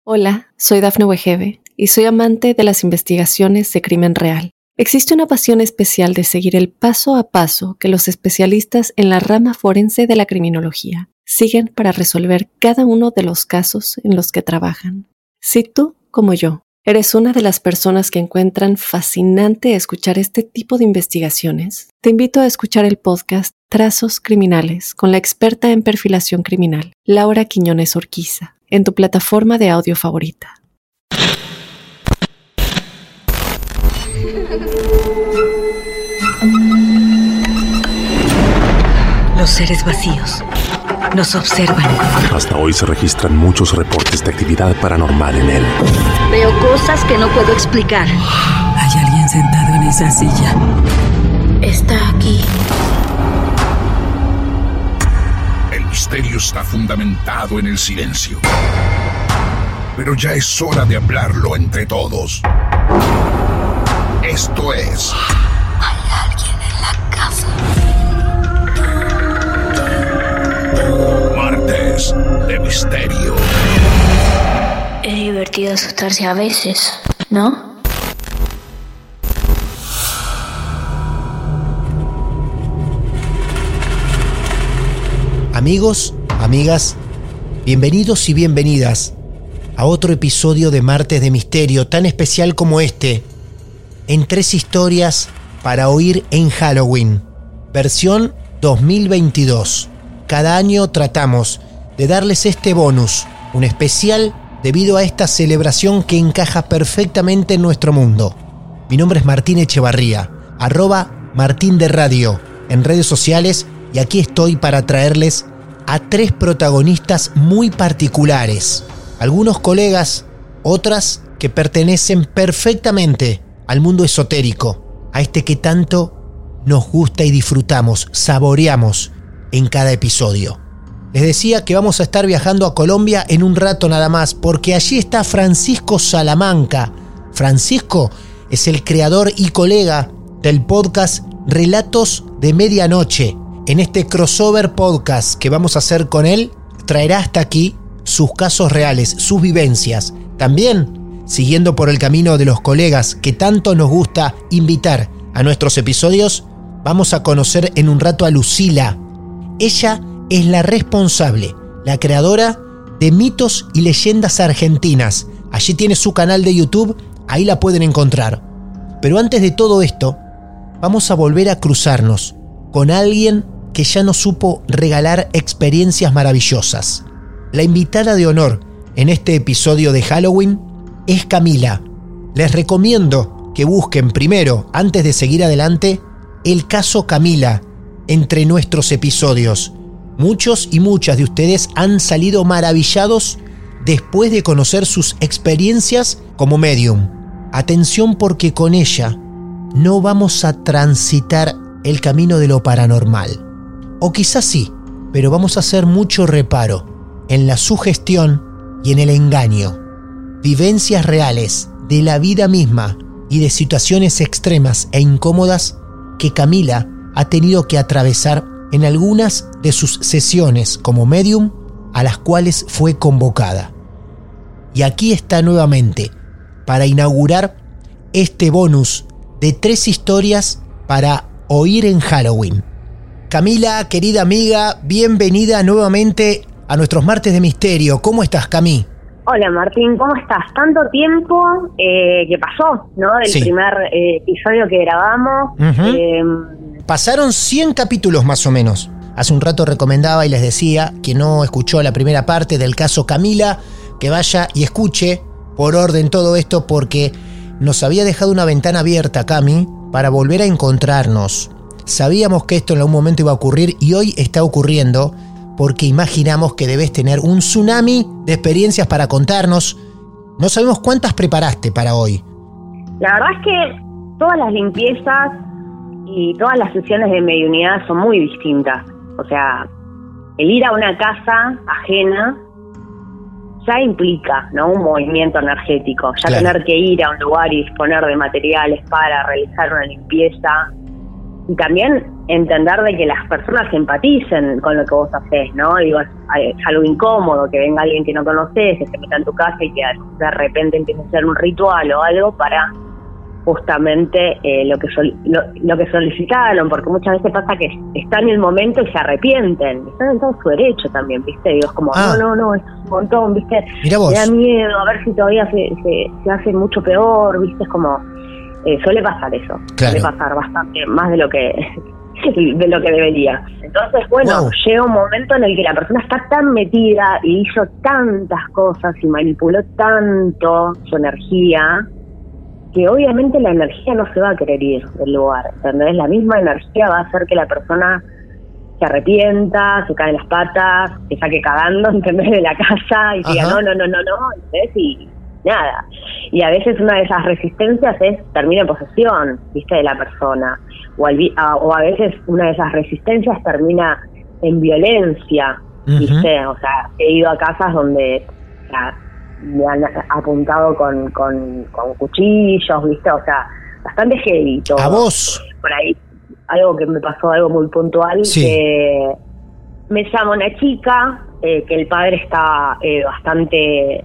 Hola, soy Dafne Wegebe y soy amante de las investigaciones de crimen real. Existe una pasión especial de seguir el paso a paso que los especialistas en la rama forense de la criminología siguen para resolver cada uno de los casos en los que trabajan. Si tú, como yo, eres una de las personas que encuentran fascinante escuchar este tipo de investigaciones, te invito a escuchar el podcast Trazos Criminales con la experta en perfilación criminal, Laura Quiñones Orquiza, en tu plataforma de audio favorita. Los seres vacíos nos observan. Hasta hoy se registran muchos reportes de actividad paranormal en él. Veo cosas que no puedo explicar. Hay alguien sentado en esa silla. Está aquí. El misterio está fundamentado en el silencio. Pero ya es hora de hablarlo entre todos. Esto es... Hay alguien en la casa. Martes de Misterio. Es divertido asustarse a veces, ¿no? Amigos, amigas, bienvenidos y bienvenidas a otro episodio de Martes de Misterio tan especial como este, en 3 historias para oír en Halloween, versión 2022. Cada año tratamos de darles este bonus, un especial debido a esta celebración que encaja perfectamente en nuestro mundo. Mi nombre es Martín Echevarría, @Martín de Radio en redes sociales, y aquí estoy para traerles a 3 protagonistas muy particulares. Algunos colegas, otras que pertenecen perfectamente al mundo esotérico, a este que tanto nos gusta y disfrutamos, saboreamos en cada episodio. Les decía que vamos a estar viajando a Colombia en un rato nada más, porque allí está Francisco Salamanca. Francisco es el creador y colega del podcast Relatos de Medianoche. En este crossover podcast que vamos a hacer con él, traerá hasta aquí sus casos reales, sus vivencias. También, siguiendo por el camino de los colegas que tanto nos gusta invitar a nuestros episodios, vamos a conocer en un rato a Lucila. Ella es la responsable, la creadora de Mitos y Leyendas Argentinas. Allí tiene su canal de YouTube, ahí la pueden encontrar. Pero antes de todo esto, vamos a volver a cruzarnos con alguien que ya nos supo regalar experiencias maravillosas. La invitada de honor en este episodio de Halloween es Camila. Les recomiendo que busquen primero, antes de seguir adelante, el caso Camila entre nuestros episodios. Muchos y muchas de ustedes han salido maravillados después de conocer sus experiencias como medium. Atención, porque con ella no vamos a transitar el camino de lo paranormal. O quizás sí, pero vamos a hacer mucho reparo en la sugestión y en el engaño. Vivencias reales de la vida misma y de situaciones extremas e incómodas que Camila ha tenido que atravesar en algunas de sus sesiones como medium a las cuales fue convocada. Y aquí está nuevamente para inaugurar este bonus de 3 historias para oír en Halloween. Camila, querida amiga, bienvenida nuevamente a nuestros Martes de Misterio. ¿Cómo estás, Cami? Hola, Martín, ¿cómo estás? Tanto tiempo que pasó, ¿no? Del primer episodio que grabamos. Uh-huh. Pasaron 100 capítulos más o menos. Hace un rato recomendaba y les decía, quien no escuchó la primera parte del caso Camila, que vaya y escuche por orden todo esto, porque nos había dejado una ventana abierta, Cami, para volver a encontrarnos. Sabíamos que esto en algún momento iba a ocurrir y hoy está ocurriendo, porque imaginamos que debes tener un tsunami de experiencias para contarnos. No sabemos cuántas preparaste para hoy. La verdad es que todas las limpiezas y todas las sesiones de mediunidad son muy distintas. O sea, el ir a una casa ajena ya implica, ¿no?, un movimiento energético. Ya claro, tener que ir a un lugar y disponer de materiales para realizar una limpieza Y también entender de que las personas empaticen con lo que vos hacés, ¿no? Digo, es algo incómodo que venga alguien que no conoces, que se meta en tu casa y que de repente empiece a hacer un ritual o algo para justamente lo que solicitaron, porque muchas veces pasa que están en el momento y se arrepienten, están en todo su derecho también, ¿viste? Digo, es como, no, es un montón, ¿viste? Mira vos. Me da miedo, a ver si todavía se hace mucho peor, ¿viste? Es como, suele pasar eso, claro. Suele pasar bastante, más de lo que debería. Entonces, bueno, llega un momento en el que la persona está tan metida y hizo tantas cosas y manipuló tanto su energía, que obviamente la energía no se va a querer ir del lugar, ¿entendés? La misma energía va a hacer que la persona se arrepienta, se cae en las patas, se saque cagando, ¿entendés? De la casa y diga no, ¿entendés? Y nada. Y a veces una de esas resistencias termina en posesión, ¿viste? De la persona. O a veces una de esas resistencias termina en violencia, ¿viste? O sea, he ido a casas donde me han apuntado con cuchillos, ¿viste? O sea, bastante heavy todo. ¿A vos? Por ahí, algo que me pasó, algo muy puntual, sí. Que me llama una chica, que el padre está bastante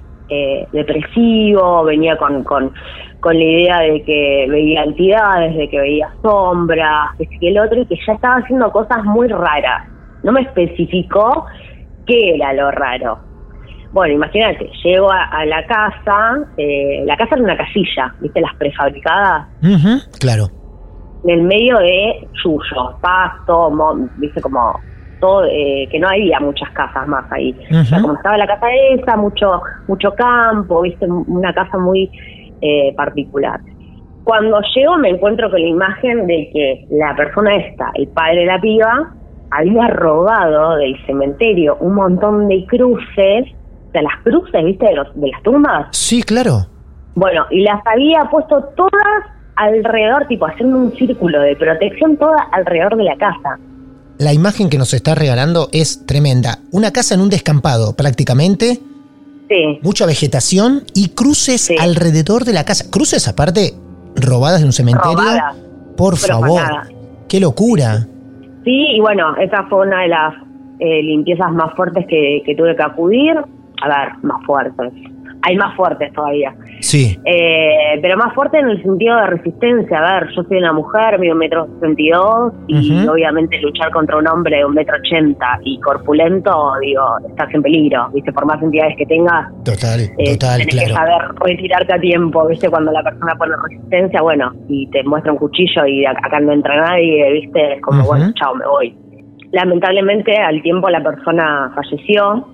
depresivo, venía con la idea de que veía entidades, de que veía sombras, que el otro, y que ya estaba haciendo cosas muy raras. No me especificó qué era lo raro. Bueno, imagínate, llego a la casa era una casilla, ¿viste? Las prefabricadas. Claro. En el medio de yuyos, pasto, ¿viste? Como todo, que no había muchas casas más ahí. O sea, como estaba la casa esa, mucho campo, ¿viste? Una casa muy particular. Cuando llego me encuentro con la imagen de que la persona esta, el padre de la piba, había robado del cementerio un montón de cruces, de las cruces, ¿viste? De las tumbas. Sí, claro. Bueno, y las había puesto todas alrededor, tipo haciendo un círculo de protección toda alrededor de la casa. La imagen que nos está regalando es tremenda. Una casa en un descampado, prácticamente. Sí. Mucha vegetación y cruces alrededor de la casa. Cruces, aparte, robadas de un cementerio. Robadas. Por favor. ¡Qué locura! Sí, y bueno, esa fue una de las limpiezas más fuertes que tuve que acudir. A ver, más fuertes. Hay más fuertes todavía. Sí. Pero más fuerte en el sentido de resistencia. A ver, yo soy una mujer, mido 1,62 m y obviamente luchar contra un hombre de 1,80 m y corpulento, digo, estás en peligro, ¿viste? Por más entidades que tengas. Total, tenés claro. que saber retirarte a tiempo, ¿viste? Cuando la persona pone resistencia, bueno, y te muestra un cuchillo y acá no entra nadie, ¿viste? Es como, bueno, chao, me voy. Lamentablemente, al tiempo la persona falleció,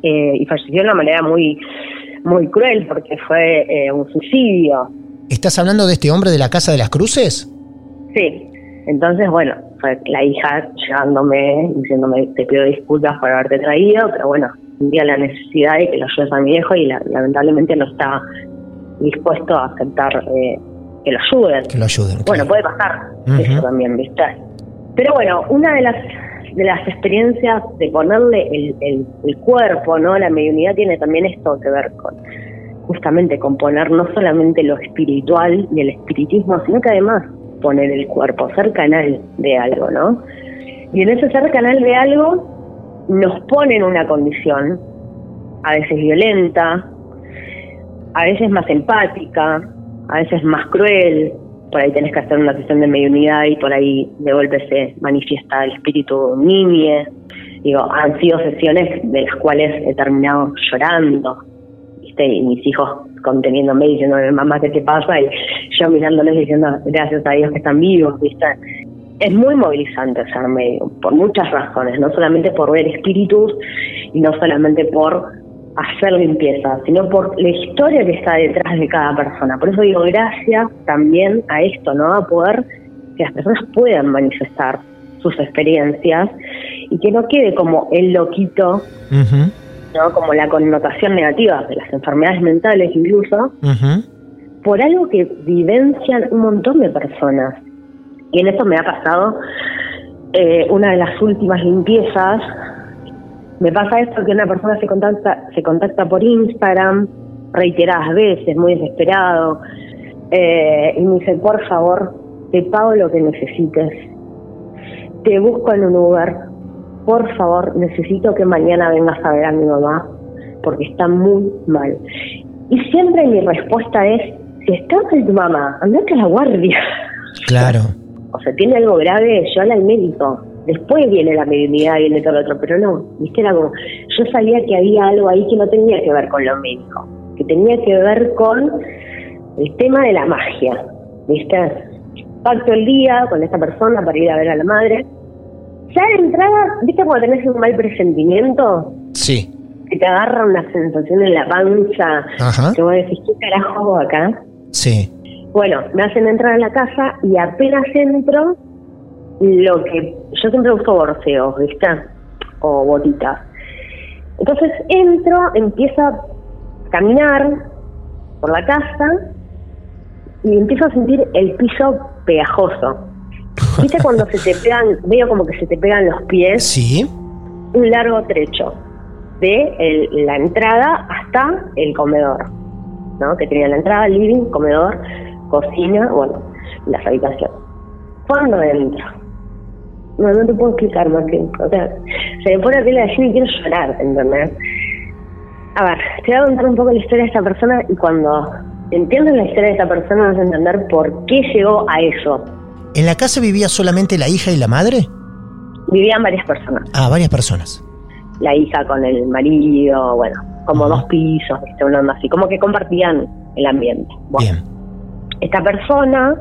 y falleció de una manera muy cruel, porque fue un suicidio. ¿Estás hablando de este hombre de la Casa de las Cruces? Sí. Entonces, bueno, fue la hija llegándome, diciéndome, te pido disculpas por haberte traído, pero bueno, sentía la necesidad de que lo ayudes a mi viejo y lamentablemente no está dispuesto a aceptar que lo ayuden. Que lo ayuden. Bueno, puede pasar eso también, ¿viste? Pero bueno, una de las experiencias de ponerle el cuerpo, ¿no? La mediunidad tiene también esto que ver con, justamente, con poner no solamente lo espiritual y el espiritismo, sino que además poner el cuerpo, ser canal de algo, ¿no? Y en ese ser canal de algo nos ponen una condición, a veces violenta, a veces más empática, a veces más cruel. Por ahí tenés que hacer una sesión de mediunidad y por ahí de golpe se manifiesta el espíritu niñe. Digo, han sido sesiones de las cuales he terminado llorando, ¿viste? Y mis hijos conteniéndome, diciéndome, mamá, ¿qué te pasa? Y yo mirándoles diciendo, gracias a Dios que están vivos, ¿viste? Es muy movilizante ser medium, por muchas razones, no solamente por ver espíritus y no solamente por hacer limpieza, sino por la historia que está detrás de cada persona. Por eso digo, gracias también a esto, ¿no? A poder que las personas puedan manifestar sus experiencias y que no quede como el loquito, ¿no? Como la connotación negativa de las enfermedades mentales incluso, por algo que vivencian un montón de personas. Y en esto me ha pasado una de las últimas limpiezas. Me pasa esto, que una persona se contacta por Instagram reiteradas veces, muy desesperado, y me dice, por favor, te pago lo que necesites, te busco en un Uber, por favor, necesito que mañana vengas a ver a mi mamá, porque está muy mal. Y siempre mi respuesta es, si está mal tu mamá, andate a la guardia. Claro. O sea, tiene algo grave, llévala al médico. Después viene la mediunidad, viene todo lo otro, pero no, viste, era como, yo sabía que había algo ahí que no tenía que ver con lo médico, que tenía que ver con el tema de la magia, viste. Pacto el día con esta persona para ir a ver a la madre. Ya de entrada, viste cuando tenés un mal presentimiento, Sí. que te agarra una sensación en la panza, Ajá. que vos decís, ¿qué carajo hago acá? Sí. Bueno, me hacen entrar a la casa y apenas entro, lo que yo siempre uso borseos, ¿viste? O botitas. Entonces entro, empiezo a caminar por la casa y empiezo a sentir el piso pegajoso. ¿Viste cuando se te pegan, veo como que se te pegan los pies? Sí. Un largo trecho de la entrada hasta el comedor, ¿no? Que tenía la entrada, living, comedor, cocina, bueno, las habitaciones. Cuando entro, no te puedo explicar más que, o sea, se me pone la piel de gallina y quiero llorar, ¿entendés? A ver, te voy a contar un poco la historia de esta persona y cuando entiendes la historia de esta persona vas a entender por qué llegó a eso. ¿En la casa vivía solamente la hija y la madre? Vivían varias personas. Ah, varias personas. La hija con el marido, bueno, como dos pisos, ¿viste? Una onda así, como que compartían el ambiente. Bueno, Bien. esta persona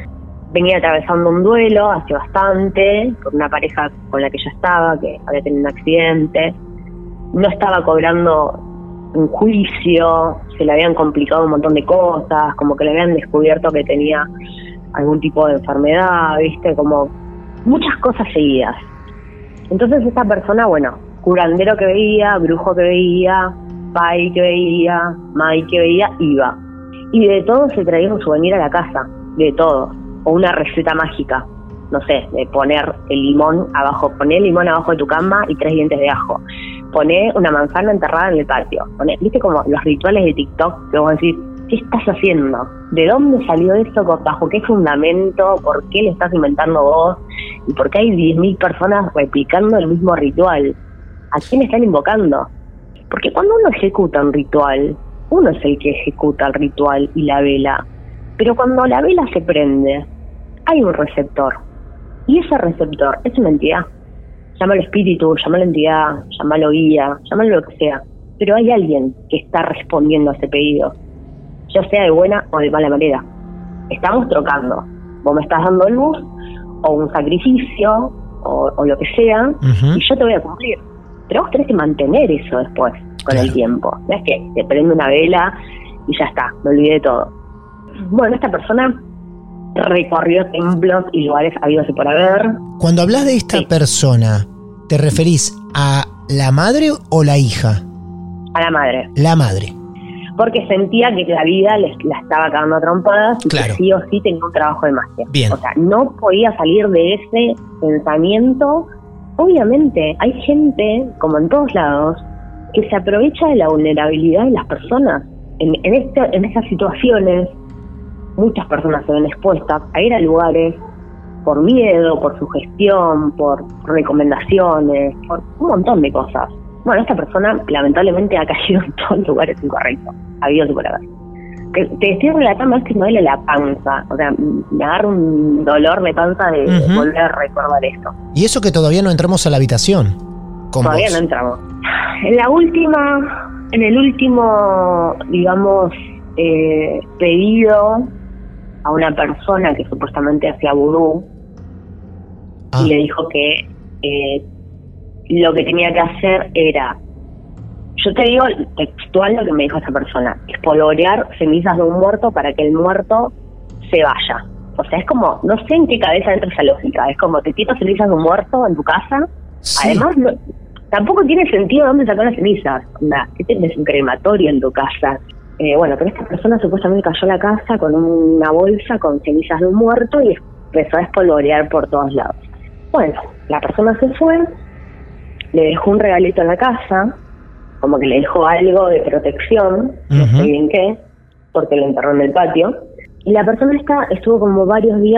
venía atravesando un duelo hace bastante, con una pareja con la que ya estaba, que había tenido un accidente, no estaba cobrando un juicio, se le habían complicado un montón de cosas, como que le habían descubierto que tenía algún tipo de enfermedad, ¿viste? Como muchas cosas seguidas. Entonces esta persona, bueno, curandero que veía, brujo que veía, pai que veía, mai que veía, iba. Y de todo se traía un souvenir a la casa, de todo. O una receta mágica, no sé, de poner el limón abajo, poné el limón abajo de tu cama y 3 dientes de ajo. Poné una manzana enterrada en el patio. ¿Viste como los rituales de TikTok que vos decís, ¿qué estás haciendo? ¿De dónde salió esto? ¿Bajo qué fundamento? ¿Por qué lo estás inventando vos? ¿Y por qué hay 10.000 personas replicando el mismo ritual? ¿A quién están invocando? Porque cuando uno ejecuta un ritual, uno es el que ejecuta el ritual y la vela. Pero cuando la vela se prende, hay un receptor. Y ese receptor es una entidad. Llámalo espíritu, llámalo entidad, llámalo guía, llámalo lo que sea. Pero hay alguien que está respondiendo a ese pedido, ya sea de buena o de mala manera. Estamos trocando. Vos me estás dando luz, o un sacrificio, o lo que sea, y yo te voy a cumplir. Pero vos tenés que mantener eso después, con el tiempo. No es que te prende una vela y ya está, me olvidé de todo. Bueno, esta persona recorrió templos y lugares habidos y por haber. Cuando hablas de esta persona, ¿te referís a la madre o la hija? A la madre. La madre. Porque sentía que la vida la estaba cagando a trompadas y Claro. que sí o sí tenía un trabajo de magia. Bien. O sea, no podía salir de ese pensamiento. Obviamente, hay gente, como en todos lados, que se aprovecha de la vulnerabilidad de las personas. En estas situaciones, muchas personas se ven expuestas a ir a lugares por miedo, por sugestión, por recomendaciones, por un montón de cosas. Bueno, esta persona lamentablemente ha caído en todos lugares incorrectos, habido por haber. Te estoy relatando es que me duele la panza, o sea, me agarra un dolor de panza de volver a recordar esto. Y eso que todavía no entramos a la habitación. Todavía no entramos. En el último, digamos, pedido a una persona que supuestamente hacía vudú, y le dijo que lo que tenía que hacer era, yo te digo textual lo que me dijo esa persona, espolvorear cenizas de un muerto para que el muerto se vaya. O sea, es como, no sé en qué cabeza entra esa lógica, es como te tiras cenizas de un muerto en tu casa. Sí. Además, tampoco tiene sentido dónde sacar las cenizas. ¿Qué tienes un crematorio en tu casa? Bueno, pero esta persona supuestamente cayó a la casa con una bolsa con cenizas de un muerto y empezó a espolvorear por todos lados. Bueno, la persona se fue, le dejó un regalito en la casa, como que le dejó algo de protección, no sé bien qué, porque lo enterró en el patio. Y la persona esta estuvo como varios días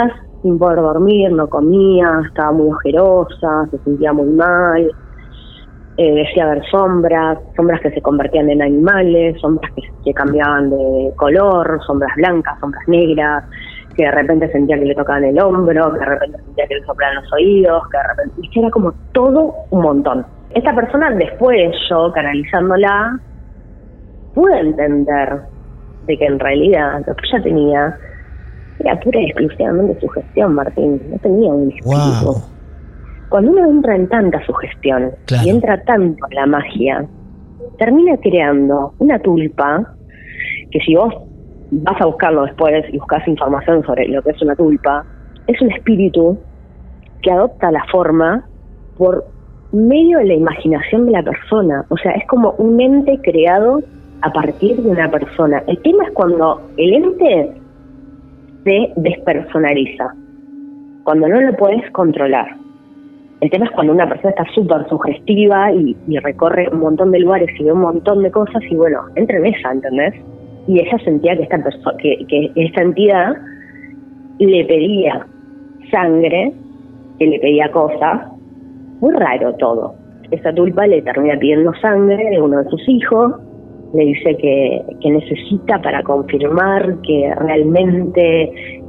sin poder dormir, no comía, estaba muy ojerosa, se sentía muy mal. Decía ver sombras que se convertían en animales, sombras que cambiaban de color, sombras blancas, sombras negras, que de repente sentía que le tocaban el hombro, que de repente sentía que le soplaban los oídos, que de repente... Era como todo un montón. Esta persona, después yo, canalizándola, pude entender de que en realidad lo que ella tenía era pura y exclusivamente sugestión, Martín. No tenía un espíritu. Wow. Cuando uno entra en tanta sugestión, claro, y entra tanto en la magia, termina creando una tulpa que, si vos vas a buscarlo después y buscas información sobre lo que es una tulpa, es un espíritu que adopta la forma por medio de la imaginación de la persona. O sea, es como un ente creado a partir de una persona. El tema es cuando el ente se despersonaliza, cuando no lo puedes controlar. El tema es cuando una persona está súper sugestiva y recorre un montón de lugares y ve un montón de cosas y bueno, entra en esa, ¿entendés? Y ella sentía que esta entidad le pedía sangre, que le pedía cosas. Muy raro todo. Esa tulpa le termina pidiendo sangre de uno de sus hijos, le dice que necesita para confirmar que realmente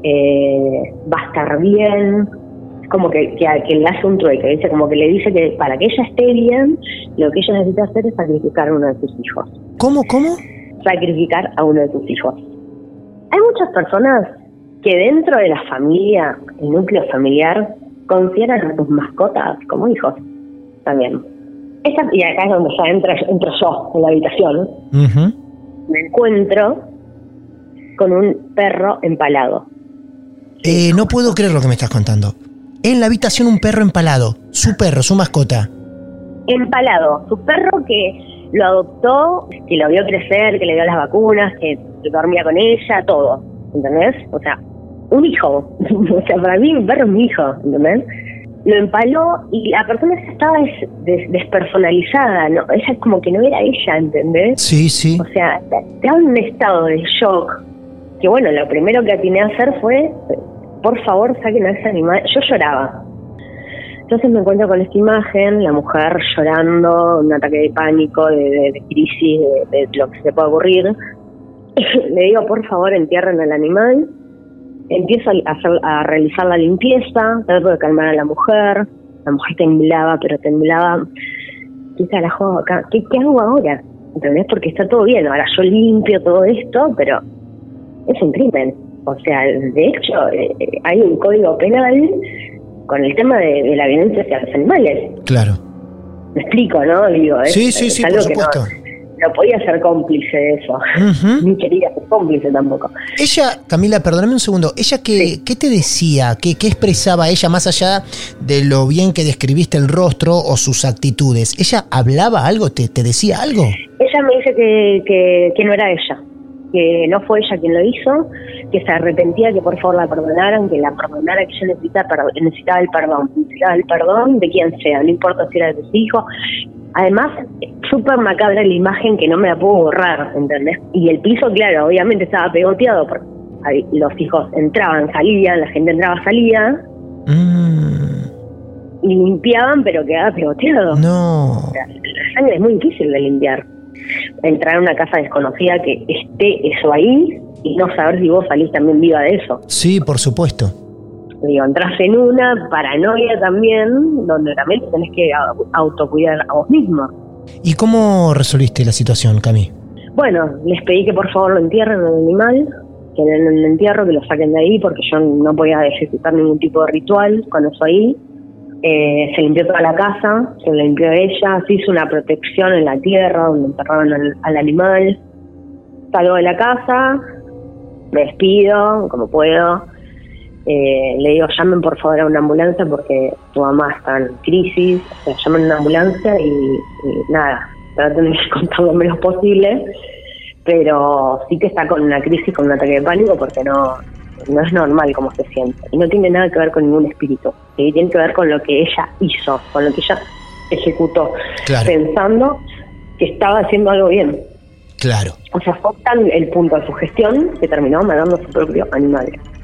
va a estar bien. Como que le hace un trueque, dice, como que le dice que para que ella esté bien, lo que ella necesita hacer es sacrificar a uno de sus hijos. ¿Cómo? Sacrificar a uno de sus hijos. Hay muchas personas que dentro de la familia, el núcleo familiar, consideran a sus mascotas como hijos también. Y acá es donde ya entro yo en la habitación. Uh-huh. Me encuentro con un perro empalado. No puedo creer lo que me estás contando. En la habitación un perro empalado. Su perro, su mascota. Empalado. Su perro que lo adoptó, que lo vio crecer, que le dio las vacunas, que dormía con ella, todo. ¿Entendés? O sea, un hijo. O sea, para mí un perro es mi hijo. ¿Entendés? Lo empaló y la persona estaba despersonalizada, ¿no? Ella como que no era ella, ¿entendés? Sí, sí. O sea, estaba en un estado de shock. Que bueno, lo primero que atiné a hacer fue... por favor, saquen a ese animal. Yo lloraba. Entonces me encuentro con esta imagen, la mujer llorando, un ataque de pánico, de crisis, de lo que se pueda ocurrir. Le digo, por favor, entierren al animal. Empiezo a realizar la limpieza, trato de calmar a la mujer. La mujer temblaba, pero temblaba. ¿Qué carajo hago acá? ¿Qué hago ahora? ¿Entendés? Porque está todo bien. Ahora yo limpio todo esto, pero es un crimen. O sea, de hecho, hay un código penal con el tema de la violencia hacia los animales. Claro. Me explico, ¿no? Digo, sí, algo por supuesto. No podía ser cómplice de eso. Uh-huh. Ni quería ser cómplice tampoco. Ella, Camila, perdóname un segundo. ¿Ella qué te decía? ¿Qué expresaba ella más allá de lo bien que describiste el rostro o sus actitudes? ¿Ella hablaba algo? ¿Te decía algo? Ella me dice que no era ella. Que no fue ella quien lo hizo, que se arrepentía, que por favor la perdonaran, que la perdonara, que ella necesitaba el perdón de quien sea, no importa si era de tus hijos. Además, súper macabra la imagen que no me la puedo borrar, ¿entendés? Y el piso, claro, obviamente estaba pegoteado, porque los hijos entraban, salían, la gente entraba, salía, y limpiaban, pero quedaba pegoteado. No. O sea, la sangre es muy difícil de limpiar. Entrar a una casa desconocida que esté eso ahí y no saber si vos salís también viva de eso. Sí, por supuesto. Digo, entras en una paranoia también, donde también te tenés que autocuidar a vos misma. ¿Y cómo resolviste la situación, Cami? Bueno, les pedí que por favor lo entierren al animal, que en el entierro que lo saquen de ahí, porque yo no podía ejecutar ningún tipo de ritual con eso ahí. Se limpió toda la casa, se limpió ella, se hizo una protección en la tierra donde enterraron al animal. Salgo de la casa, me despido como puedo. Le digo, llamen por favor a una ambulancia porque tu mamá está en crisis. O sea, llamen a una ambulancia y nada, traten de contar lo menos posible. Pero sí que está con una crisis, con un ataque de pánico porque no es normal como se siente. Y no tiene nada que ver con ningún espíritu. ¿Sí? Tiene que ver con lo que ella hizo, con lo que ella ejecutó. Claro. Pensando que estaba haciendo algo bien. Claro. O sea, fue tan el punto de su gestión que terminó matando a su propio animal.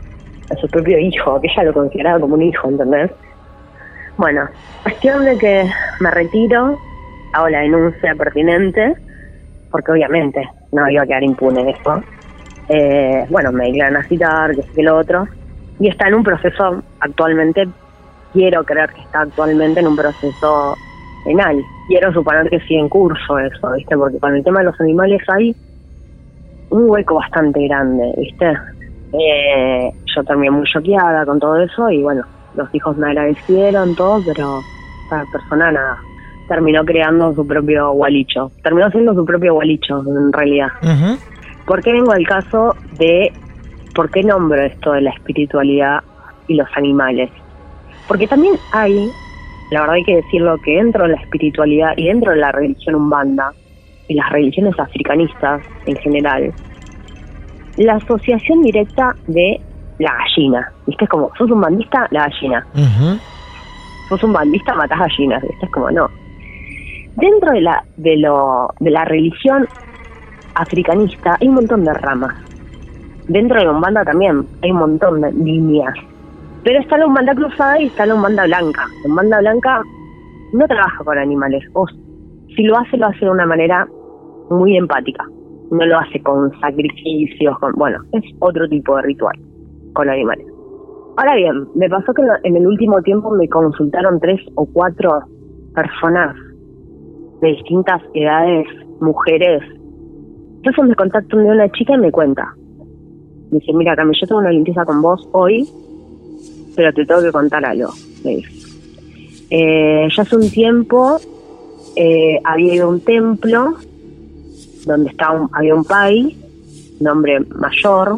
a su propio hijo, que ella lo consideraba como un hijo, ¿entendés? Bueno, cuestión de que me retiro, hago la denuncia pertinente, porque obviamente no iba a quedar impune eso. Bueno, me iban a citar, que sé que lo otro, y está en un proceso actualmente, quiero creer que está actualmente en un proceso penal. Quiero suponer que sigue en curso eso, ¿viste? Porque con el tema de los animales hay un hueco bastante grande, ¿viste? Yo terminé muy choqueada con todo eso y bueno, los hijos me agradecieron todo, pero esta persona nada, terminó creando su propio gualicho. Terminó siendo su propio gualicho, en realidad. Uh-huh. ¿Por qué vengo al caso de por qué nombro esto de la espiritualidad y los animales? Porque también hay, la verdad hay que decirlo, que dentro de la espiritualidad y dentro de la religión umbanda y las religiones africanistas en general, la asociación directa de la gallina, ¿viste? Es como, sos un bandista, la gallina. Uh-huh. Sos un bandista, matás gallinas, ¿viste? Es como, no. Dentro de la religión africanista hay un montón de ramas. Dentro de la umbanda también hay un montón de líneas. Pero está la umbanda cruzada y está la umbanda blanca. La umbanda blanca no trabaja con animales. O si lo hace de una manera muy empática. No lo hace con sacrificios, bueno, es otro tipo de ritual con animales. Ahora bien, me pasó que en el último tiempo me consultaron 3 o 4 personas de distintas edades, mujeres. Entonces me contactan de una chica y me cuenta. Me dice, mira, Cami, yo tengo una limpieza con vos hoy, pero te tengo que contar algo. Me dice. Ya hace un tiempo había ido a un templo donde había un pai, un hombre mayor,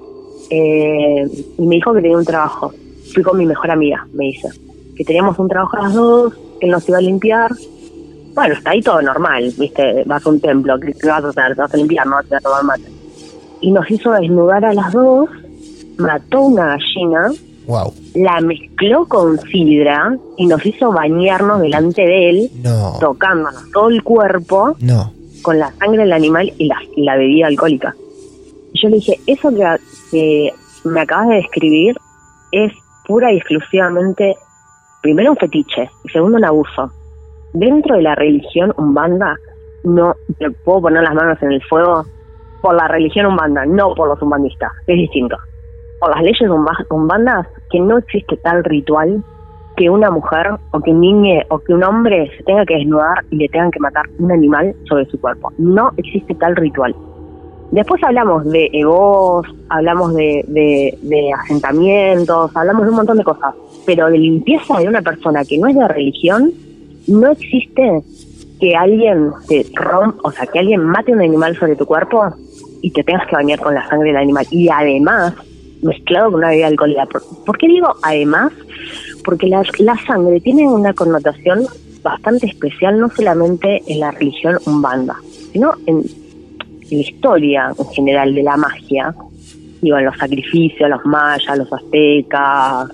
y me dijo que tenía un trabajo. Fui con mi mejor amiga, me dice, que teníamos un trabajo las dos, que él nos iba a limpiar. Bueno, está ahí todo normal, ¿viste? Vas a un templo, ¿qué vas a hacer? Te vas a limpiar, no vas a tomar mate. Y nos hizo desnudar a las dos, mató una gallina, wow, la mezcló con sidra y nos hizo bañarnos delante de él, tocándonos todo el cuerpo, con la sangre del animal y la bebida alcohólica. Y yo le dije, eso que me acabas de describir es pura y exclusivamente, primero un fetiche y segundo un abuso. Dentro de la religión umbanda, no te puedo poner las manos en el fuego por la religión umbanda, no por los umbandistas, es distinto. Por las leyes umbandas, que no existe tal ritual que una mujer o que un niño o que un hombre se tenga que desnudar y le tengan que matar un animal sobre su cuerpo. No existe tal ritual. Después hablamos de egos, hablamos de asentamientos, hablamos de un montón de cosas, pero de limpieza de una persona que no es de religión, no existe que alguien te rompa, o sea, que alguien mate un animal sobre tu cuerpo y te tengas que bañar con la sangre del animal. Y además, mezclado con una bebida alcohólica. ¿Por qué digo además? Porque la sangre tiene una connotación bastante especial, no solamente en la religión umbanda, sino en la historia en general de la magia. Digo, en los sacrificios, los mayas, los aztecas,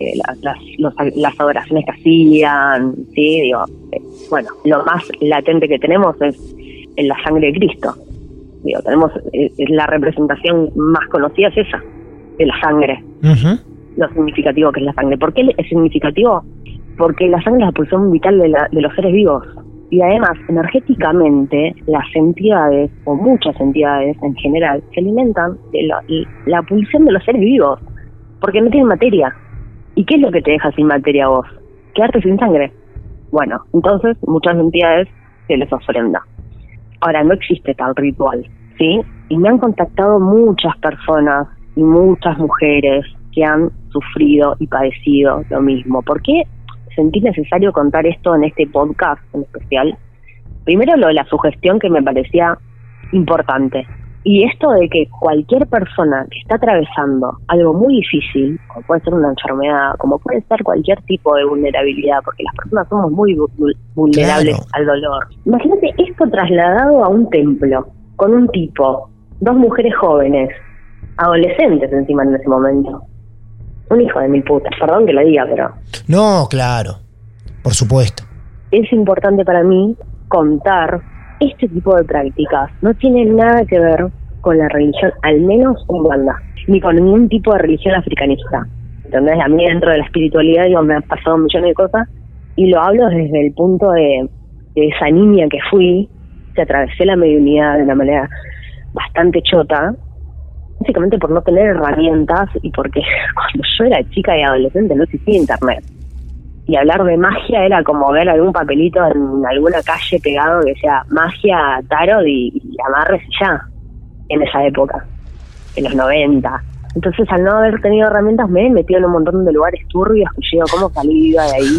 las adoraciones que hacían, ¿sí? Digo, bueno, lo más latente que tenemos es en la sangre de Cristo. Digo, tenemos la representación más conocida es esa, de la sangre. Uh-huh. Lo significativo que es la sangre. ¿Por qué es significativo? Porque la sangre es la pulsión vital de los seres vivos. Y además, energéticamente, las entidades, o muchas entidades en general, se alimentan de la pulsión de los seres vivos, porque no tienen materia. ¿Y qué es lo que te deja sin materia a vos? Quedarte sin sangre. Bueno, entonces muchas entidades se les ofrenda. Ahora, no existe tal ritual, ¿sí? Y me han contactado muchas personas y muchas mujeres que han sufrido y padecido lo mismo. ¿Por qué sentí necesario contar esto en este podcast en especial? Primero, lo de la sugestión, que me parecía importante. Y esto de que cualquier persona que está atravesando algo muy difícil, como puede ser una enfermedad, como puede ser cualquier tipo de vulnerabilidad, porque las personas somos muy vulnerables, claro, al dolor. Imagínate esto trasladado a un templo, con un tipo, 2 mujeres jóvenes, adolescentes encima en ese momento. Un hijo de mil putas, perdón que lo diga, pero... No, claro, por supuesto. Es importante para mí contar este tipo de prácticas. No tiene nada que ver con la religión, al menos Umbanda, ni con ningún tipo de religión africanista. ¿Entendés? A mí dentro de la espiritualidad, digo, me han pasado millones de cosas, y lo hablo desde el punto de esa niña que fui, que atravesé la mediunidad de una manera bastante chota, básicamente por no tener herramientas y porque cuando yo era chica y adolescente no existía internet. Y hablar de magia era como ver algún papelito en alguna calle pegado que decía magia, tarot y amarres y ya, en esa época, en los 90. Entonces, al no haber tenido herramientas, me he metido en un montón de lugares turbios que yo digo, ¿cómo salí de ahí?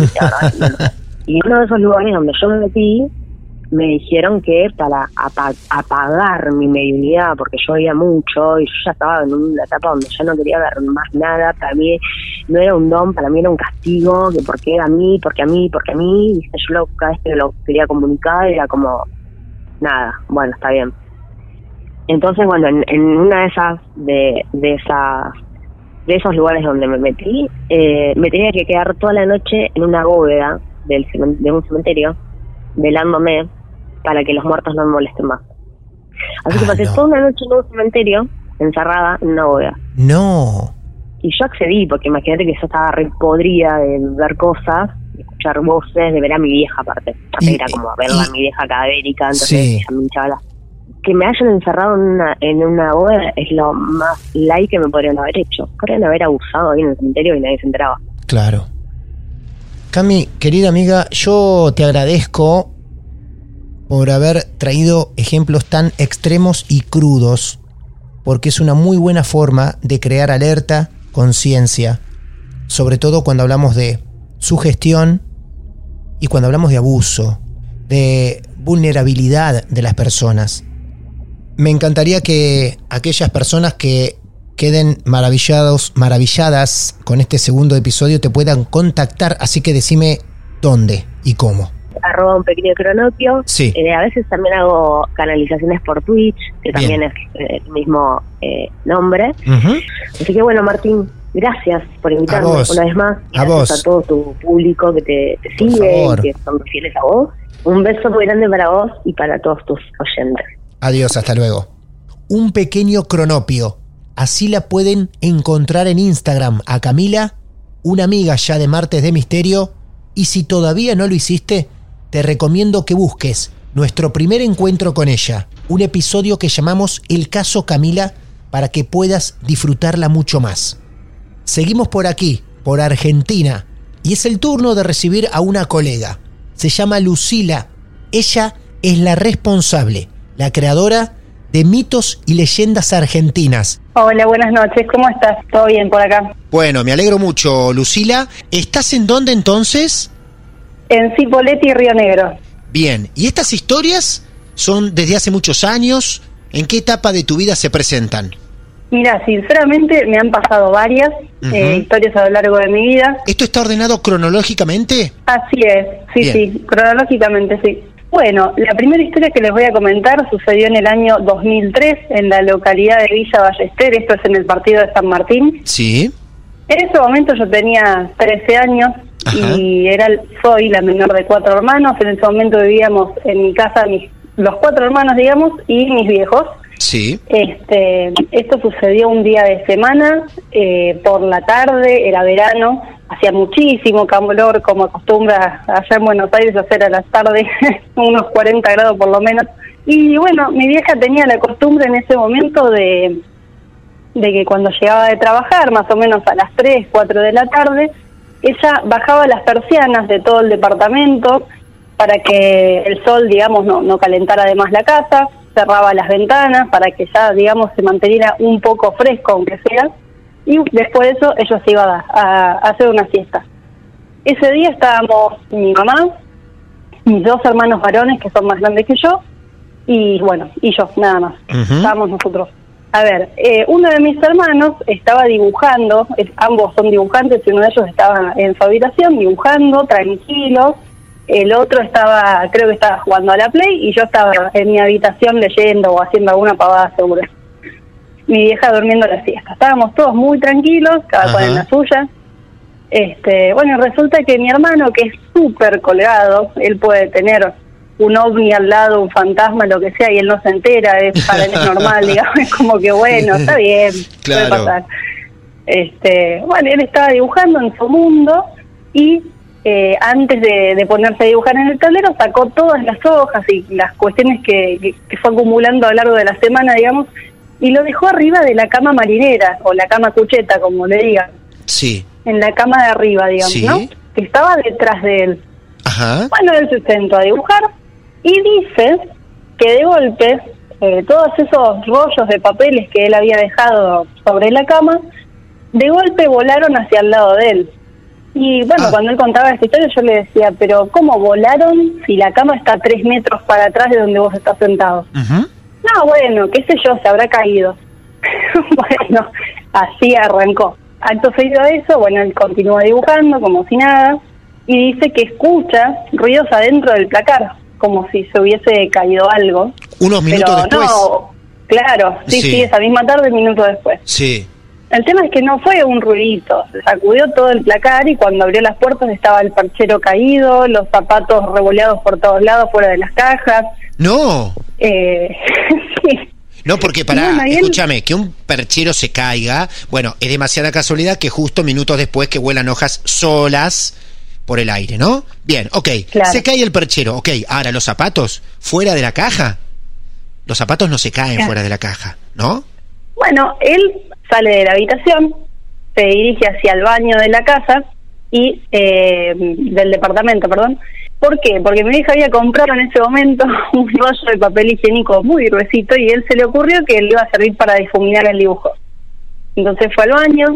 Y uno de esos lugares donde yo me metí, me dijeron que para apagar mi mediunidad, porque yo veía mucho y yo ya estaba en una etapa donde ya no quería ver más nada, para mí no era un don, para mí era un castigo, que por qué a mí, porque a mí, ¿viste? Yo cada vez que lo quería comunicar era como, nada, bueno, está bien. Entonces, bueno, en una de esos lugares donde me metí, me tenía que quedar toda la noche en una bóveda de un cementerio, velándome para que los muertos no me molesten más. Así que pasé toda una noche en un cementerio, encerrada en una bóveda. No. Y yo accedí, porque imagínate que yo estaba re podrida de ver cosas, de escuchar voces, de ver a mi vieja aparte. Era como verla a mi vieja cadavérica, entonces sí. Ya me hinchaba que me hayan encerrado en una bóveda es lo más light que me podrían haber hecho. Podrían haber abusado ahí en el cementerio y nadie se enteraba. Claro. Cami, querida amiga, yo te agradezco por haber traído ejemplos tan extremos y crudos, porque es una muy buena forma de crear alerta, conciencia, sobre todo cuando hablamos de sugestión y cuando hablamos de abuso, de vulnerabilidad de las personas. Me encantaría que aquellas personas que queden maravilladas con este segundo episodio te puedan contactar, así que decime dónde y cómo. @un pequeño cronopio. Sí. A veces también hago canalizaciones por Twitch, que también Bien. es el mismo nombre. Uh-huh. Así que bueno, Martín, gracias por invitarme una vez más. Gracias a todo tu público que te sigue y que son fieles a vos. Un beso muy grande para vos y para todos tus oyentes. Adiós, hasta luego. Un pequeño cronopio. Así la pueden encontrar en Instagram a Camila, una amiga ya de Martes de Misterio. Y si todavía no lo hiciste, te recomiendo que busques nuestro primer encuentro con ella, un episodio que llamamos El Caso Camila, para que puedas disfrutarla mucho más. Seguimos por aquí, por Argentina, y es el turno de recibir a una colega. Se llama Lucila. Ella es la responsable, la creadora de Mitos y Leyendas Argentinas. Hola, buenas noches, ¿cómo estás? ¿Todo bien por acá? Bueno, me alegro mucho, Lucila. ¿Estás en dónde entonces? En Cipolletti y Río Negro. Bien, ¿y estas historias son desde hace muchos años? ¿En qué etapa de tu vida se presentan? Mira, sinceramente me han pasado varias historias a lo largo de mi vida. ¿Esto está ordenado cronológicamente? Así es, sí, Bien. sí, cronológicamente sí. Bueno, la primera historia que les voy a comentar sucedió en el año 2003 en la localidad de Villa Ballester, esto es en el partido de San Martín. Sí. En ese momento yo tenía 13 años. Ajá. Y soy la menor de 4 hermanos. En ese momento vivíamos en mi casa los 4 hermanos, digamos, y mis viejos. Sí. Esto sucedió un día de semana, por la tarde, era verano, hacía muchísimo calor, como acostumbra allá en Buenos Aires hacer a las tardes, unos 40 grados por lo menos. Y bueno, mi vieja tenía la costumbre en ese momento de que cuando llegaba de trabajar, más o menos a las 3, 4 de la tarde, ella bajaba las persianas de todo el departamento para que el sol, digamos, no calentara de más la casa, cerraba las ventanas para que ya, digamos, se manteniera un poco fresco, aunque sea, y después de eso ella se iba a hacer una siesta. Ese día estábamos mi mamá, mis 2 hermanos varones, que son más grandes que yo, y bueno, y yo, nada más. Uh-huh. Estábamos nosotros. A ver, uno de mis hermanos estaba dibujando, ambos son dibujantes, y uno de ellos estaba en su habitación dibujando, tranquilo. El otro creo que estaba jugando a la Play, y yo estaba en mi habitación leyendo o haciendo alguna pavada seguro. Mi vieja durmiendo la siesta. Estábamos todos muy tranquilos, cada cual en la suya. Bueno, resulta que mi hermano, que es súper colgado, él puede tener un ovni al lado, un fantasma, lo que sea, y él no se entera, para él es normal, digamos, es como que bueno, está bien, claro. Puede pasar. Bueno, él estaba dibujando en su mundo y antes de ponerse a dibujar en el tablero sacó todas las hojas y las cuestiones que fue acumulando a lo largo de la semana, digamos, y lo dejó arriba de la cama marinera o la cama cucheta, como le digan. Sí. En la cama de arriba, digamos, ¿Sí? ¿no? Que estaba detrás de él. Ajá. Bueno, él se sentó a dibujar y dice que de golpe todos esos rollos de papeles que él había dejado sobre la cama, de golpe volaron hacia el lado de él. Y bueno, cuando él contaba esta historia yo le decía, pero ¿cómo volaron si la cama está 3 metros para atrás de donde vos estás sentado? Uh-huh. No, bueno, qué sé yo, se habrá caído. Bueno, así arrancó. Acto seguido a eso, bueno, él continúa dibujando como si nada y dice que escucha ruidos adentro del placar, como si se hubiese caído algo. Unos minutos después. No, claro, sí, esa misma tarde, minutos después. Sí. El tema es que no fue un ruidito, se sacudió todo el placar y cuando abrió las puertas estaba el perchero caído, los zapatos revoleados por todos lados fuera de las cajas. No. Sí. No, porque escúchame, que un perchero se caiga, bueno, es demasiada casualidad que justo minutos después que vuelan hojas solas por el aire, ¿no? Bien, ok, claro. Se cae el perchero, ok, ahora los zapatos, fuera de la caja. Los zapatos no se caen fuera de la caja, ¿no? Bueno, él sale de la habitación, se dirige hacia el baño de la casa y del departamento, perdón. ¿Por qué? Porque mi hija había comprado en ese momento un rollo de papel higiénico muy gruesito y él se le ocurrió que le iba a servir para difuminar el dibujo. Entonces fue al baño,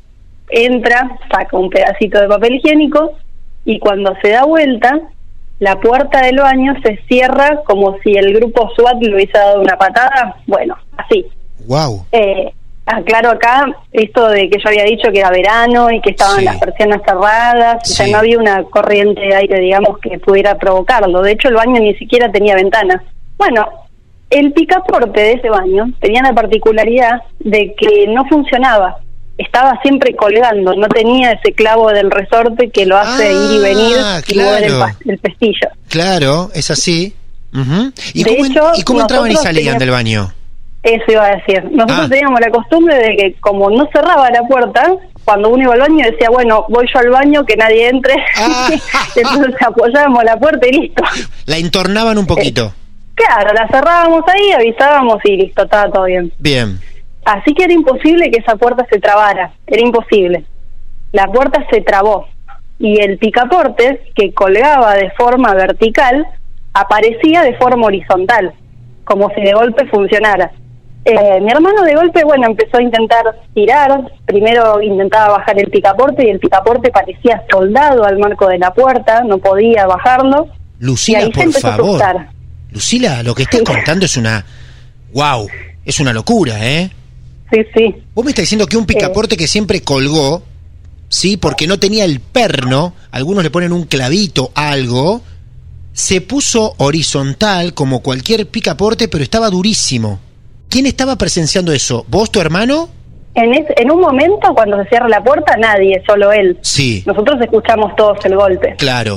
entra, saca un pedacito de papel higiénico y cuando se da vuelta, la puerta del baño se cierra como si el grupo SWAT le hubiese dado una patada. Bueno, así. Wow. Aclaro acá esto de que yo había dicho que era verano y que estaban las persianas cerradas, o sea, no había una corriente de aire, digamos, que pudiera provocarlo. De hecho, el baño ni siquiera tenía ventanas. Bueno, el picaporte de ese baño tenía la particularidad de que no funcionaba. Estaba siempre colgando, no tenía ese clavo del resorte que lo hace ir y venir y mover el pestillo. Claro, es así. Uh-huh. ¿Y cómo entraban y salían del baño? Eso iba a decir. Nosotros teníamos la costumbre de que como no cerraba la puerta, cuando uno iba al baño decía, bueno, voy yo al baño, que nadie entre. Entonces apoyábamos la puerta y listo. La entornaban un poquito. Claro, la cerrábamos ahí, avisábamos y listo, estaba todo bien. Bien. Así que era imposible que esa puerta se trabara, era imposible. La puerta se trabó y el picaporte, que colgaba de forma vertical, aparecía de forma horizontal, como si de golpe funcionara. Mi hermano de golpe, bueno, empezó a intentar tirar. Primero intentaba bajar el picaporte y el picaporte parecía soldado al marco de la puerta, no podía bajarlo. Lucila, y ahí por favor. Lucila, lo que estás contando es una... ¡Wow! Es una locura, ¿eh? Sí. Vos me estás diciendo que un picaporte que siempre colgó, ¿sí? Porque no tenía el perno, algunos le ponen un clavito, algo, se puso horizontal como cualquier picaporte, pero estaba durísimo. ¿Quién estaba presenciando eso? ¿Vos, tu hermano? En un momento, cuando se cierra la puerta, nadie, solo él. Sí. Nosotros escuchamos todos el golpe. Claro.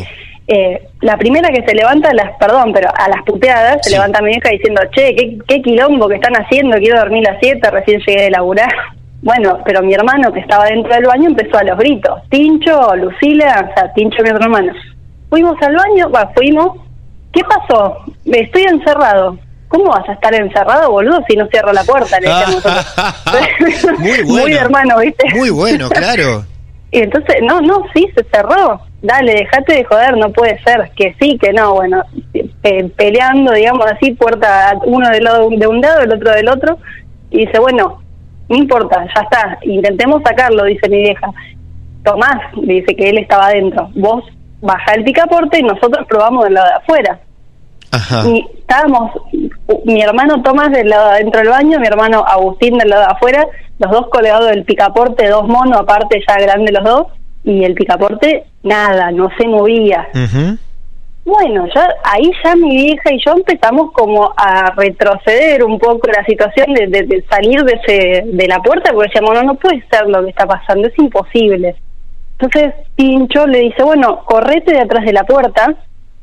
La primera que se levanta, pero a las puteadas, se levanta mi hija diciendo, che, qué quilombo que están haciendo, quiero dormir a las 7, recién llegué de laburar. Bueno, pero mi hermano que estaba dentro del baño empezó a los gritos. Tincho, Lucila, o sea, Tincho mi otro hermano. Fuimos al baño, fuimos. ¿Qué pasó? Estoy encerrado. ¿Cómo vas a estar encerrado, boludo, si no cierro la puerta? Le decíamos nosotros. Muy bueno. Muy hermano, ¿viste? Muy bueno, claro. Y entonces, no, sí, se cerró. Dale, dejate de joder, no puede ser. Que sí, que no, bueno. Peleando, digamos así, puerta, uno del lado de un lado, el otro del otro. Y dice, bueno, no importa, ya está. Intentemos sacarlo, dice mi vieja. Tomás, dice que él estaba adentro. Vos bajá el picaporte y nosotros probamos del lado de afuera. Ajá. Y estábamos, mi hermano Tomás del lado de adentro del baño, mi hermano Agustín del lado de afuera, los dos colgados del picaporte, 2 monos, aparte ya grandes los dos, y el picaporte, nada, no se movía. Uh-huh. Bueno, ahí mi vieja y yo empezamos como a retroceder un poco la situación de salir de la puerta, porque decíamos, no puede ser lo que está pasando, es imposible. Entonces Pincho le dice, bueno, correte de atrás de la puerta,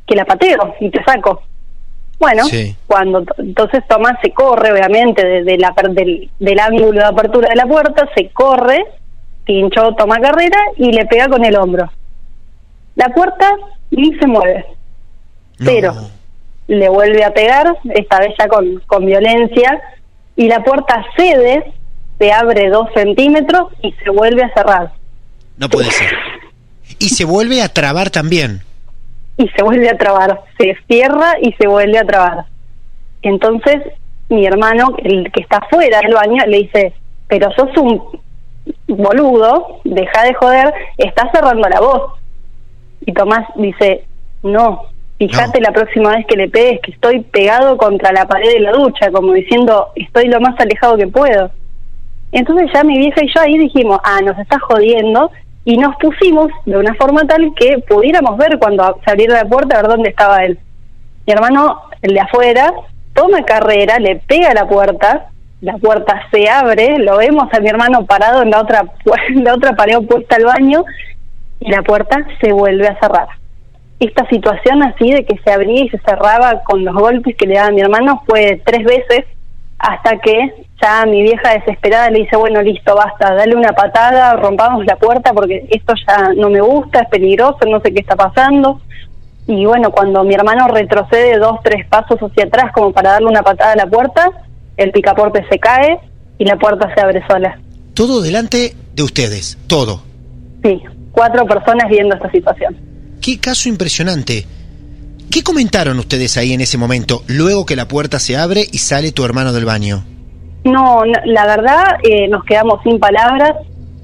que la pateo y te saco. Bueno, Sí. Entonces Tomás se corre, obviamente, del ángulo de apertura de la puerta, se corre, pinchó, toma carrera y le pega con el hombro. La puerta ni se mueve, No. pero le vuelve a pegar, esta vez ya con violencia, y la puerta cede, se abre 2 centímetros y se vuelve a cerrar. No puede ser. Y se vuelve a trabar también. Y se vuelve a trabar, se cierra y se vuelve a trabar. Entonces mi hermano, el que está fuera del baño, le dice, pero sos un boludo, deja de joder, estás cerrando la voz. Y Tomás dice, no, fíjate la próxima vez que le pegues que estoy pegado contra la pared de la ducha, como diciendo, estoy lo más alejado que puedo. Entonces ya mi vieja y yo ahí dijimos, nos está jodiendo, y nos pusimos de una forma tal que pudiéramos ver cuando se abriera la puerta, a ver dónde estaba él. Mi hermano, el de afuera, toma carrera, le pega a la puerta se abre, lo vemos a mi hermano parado en la otra pared opuesta al baño, y la puerta se vuelve a cerrar. Esta situación así de que se abría y se cerraba con los golpes que le daba mi hermano fue 3 veces, hasta que ya mi vieja desesperada le dice, bueno, listo, basta, dale una patada, rompamos la puerta porque esto ya no me gusta, es peligroso, no sé qué está pasando. Y bueno, cuando mi hermano retrocede 2, 3 pasos hacia atrás como para darle una patada a la puerta, el picaporte se cae y la puerta se abre sola. Todo delante de ustedes, todo. Sí, 4 personas viendo esta situación. Qué caso impresionante. ¿Qué comentaron ustedes ahí en ese momento, luego que la puerta se abre y sale tu hermano del baño? No, la verdad, nos quedamos sin palabras.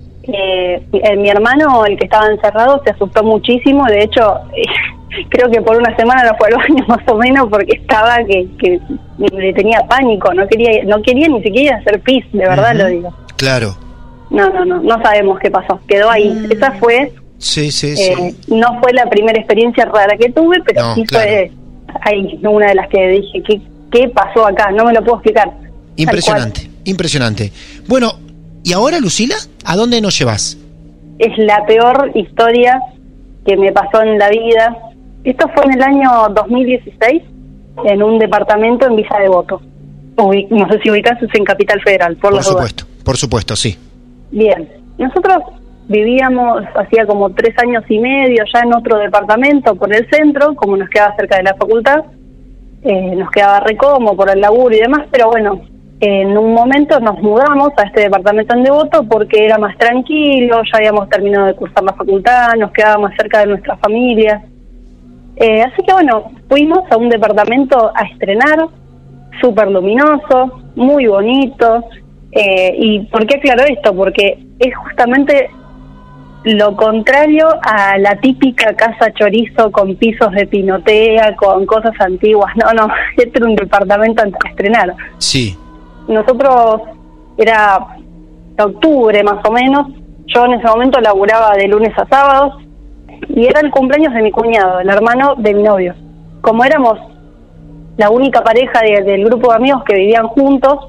Mi hermano, el que estaba encerrado, se asustó muchísimo. De hecho, creo que por una semana no fue al baño más o menos porque estaba que le tenía pánico. No quería ni siquiera hacer pis, de verdad lo digo. Claro. No sabemos qué pasó. Quedó ahí. Esa fue... Sí. No fue la primera experiencia rara que tuve, pero No, sí claro. fue ahí una de las que dije, ¿qué pasó acá? No me lo puedo explicar. Impresionante. Bueno, ¿y ahora, Lucila? ¿A dónde nos llevas? Es la peor historia que me pasó en la vida. Esto fue en el año 2016, en un departamento en Villa Devoto. No sé si ubicás, es en Capital Federal, por supuesto, sí. Bien, nosotros vivíamos hacía como 3 años y medio ya en otro departamento por el centro, como nos quedaba cerca de la facultad, nos quedaba re cómodo por el laburo y demás, pero bueno, en un momento nos mudamos a este departamento en Devoto porque era más tranquilo, ya habíamos terminado de cursar la facultad, nos quedaba más cerca de nuestras familias. Así que bueno, fuimos a un departamento a estrenar, súper luminoso, muy bonito. ¿Y por qué aclaro esto? Porque es justamente lo contrario a la típica casa chorizo con pisos de pinotea, con cosas antiguas. No, este era un departamento a estrenar. Sí. Nosotros, era octubre más o menos, yo en ese momento laburaba de lunes a sábados, y era el cumpleaños de mi cuñado, el hermano de mi novio. Como éramos la única pareja del grupo de amigos que vivían juntos,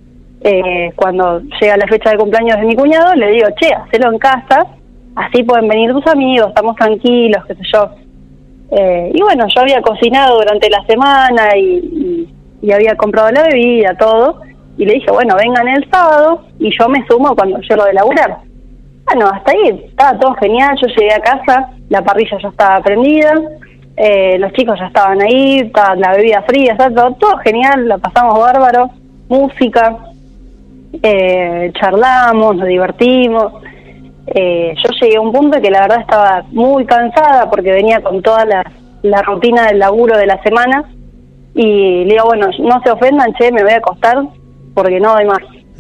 cuando llega la fecha de cumpleaños de mi cuñado, le digo, che, hacelo en casa, así pueden venir tus amigos, estamos tranquilos, qué sé yo. Y bueno, yo había cocinado durante la semana y había comprado la bebida, todo, y le dije, bueno, vengan el sábado y yo me sumo cuando llego de laburar. Bueno, hasta ahí estaba todo genial, yo llegué a casa, la parrilla ya estaba prendida, los chicos ya estaban ahí, estaba la bebida fría, estaba todo genial, la pasamos bárbaro, música, charlamos, nos divertimos. Yo llegué a un punto que la verdad estaba muy cansada porque venía con toda la rutina del laburo de la semana, y le digo, bueno, no se ofendan, che, me voy a acostar porque no doy más.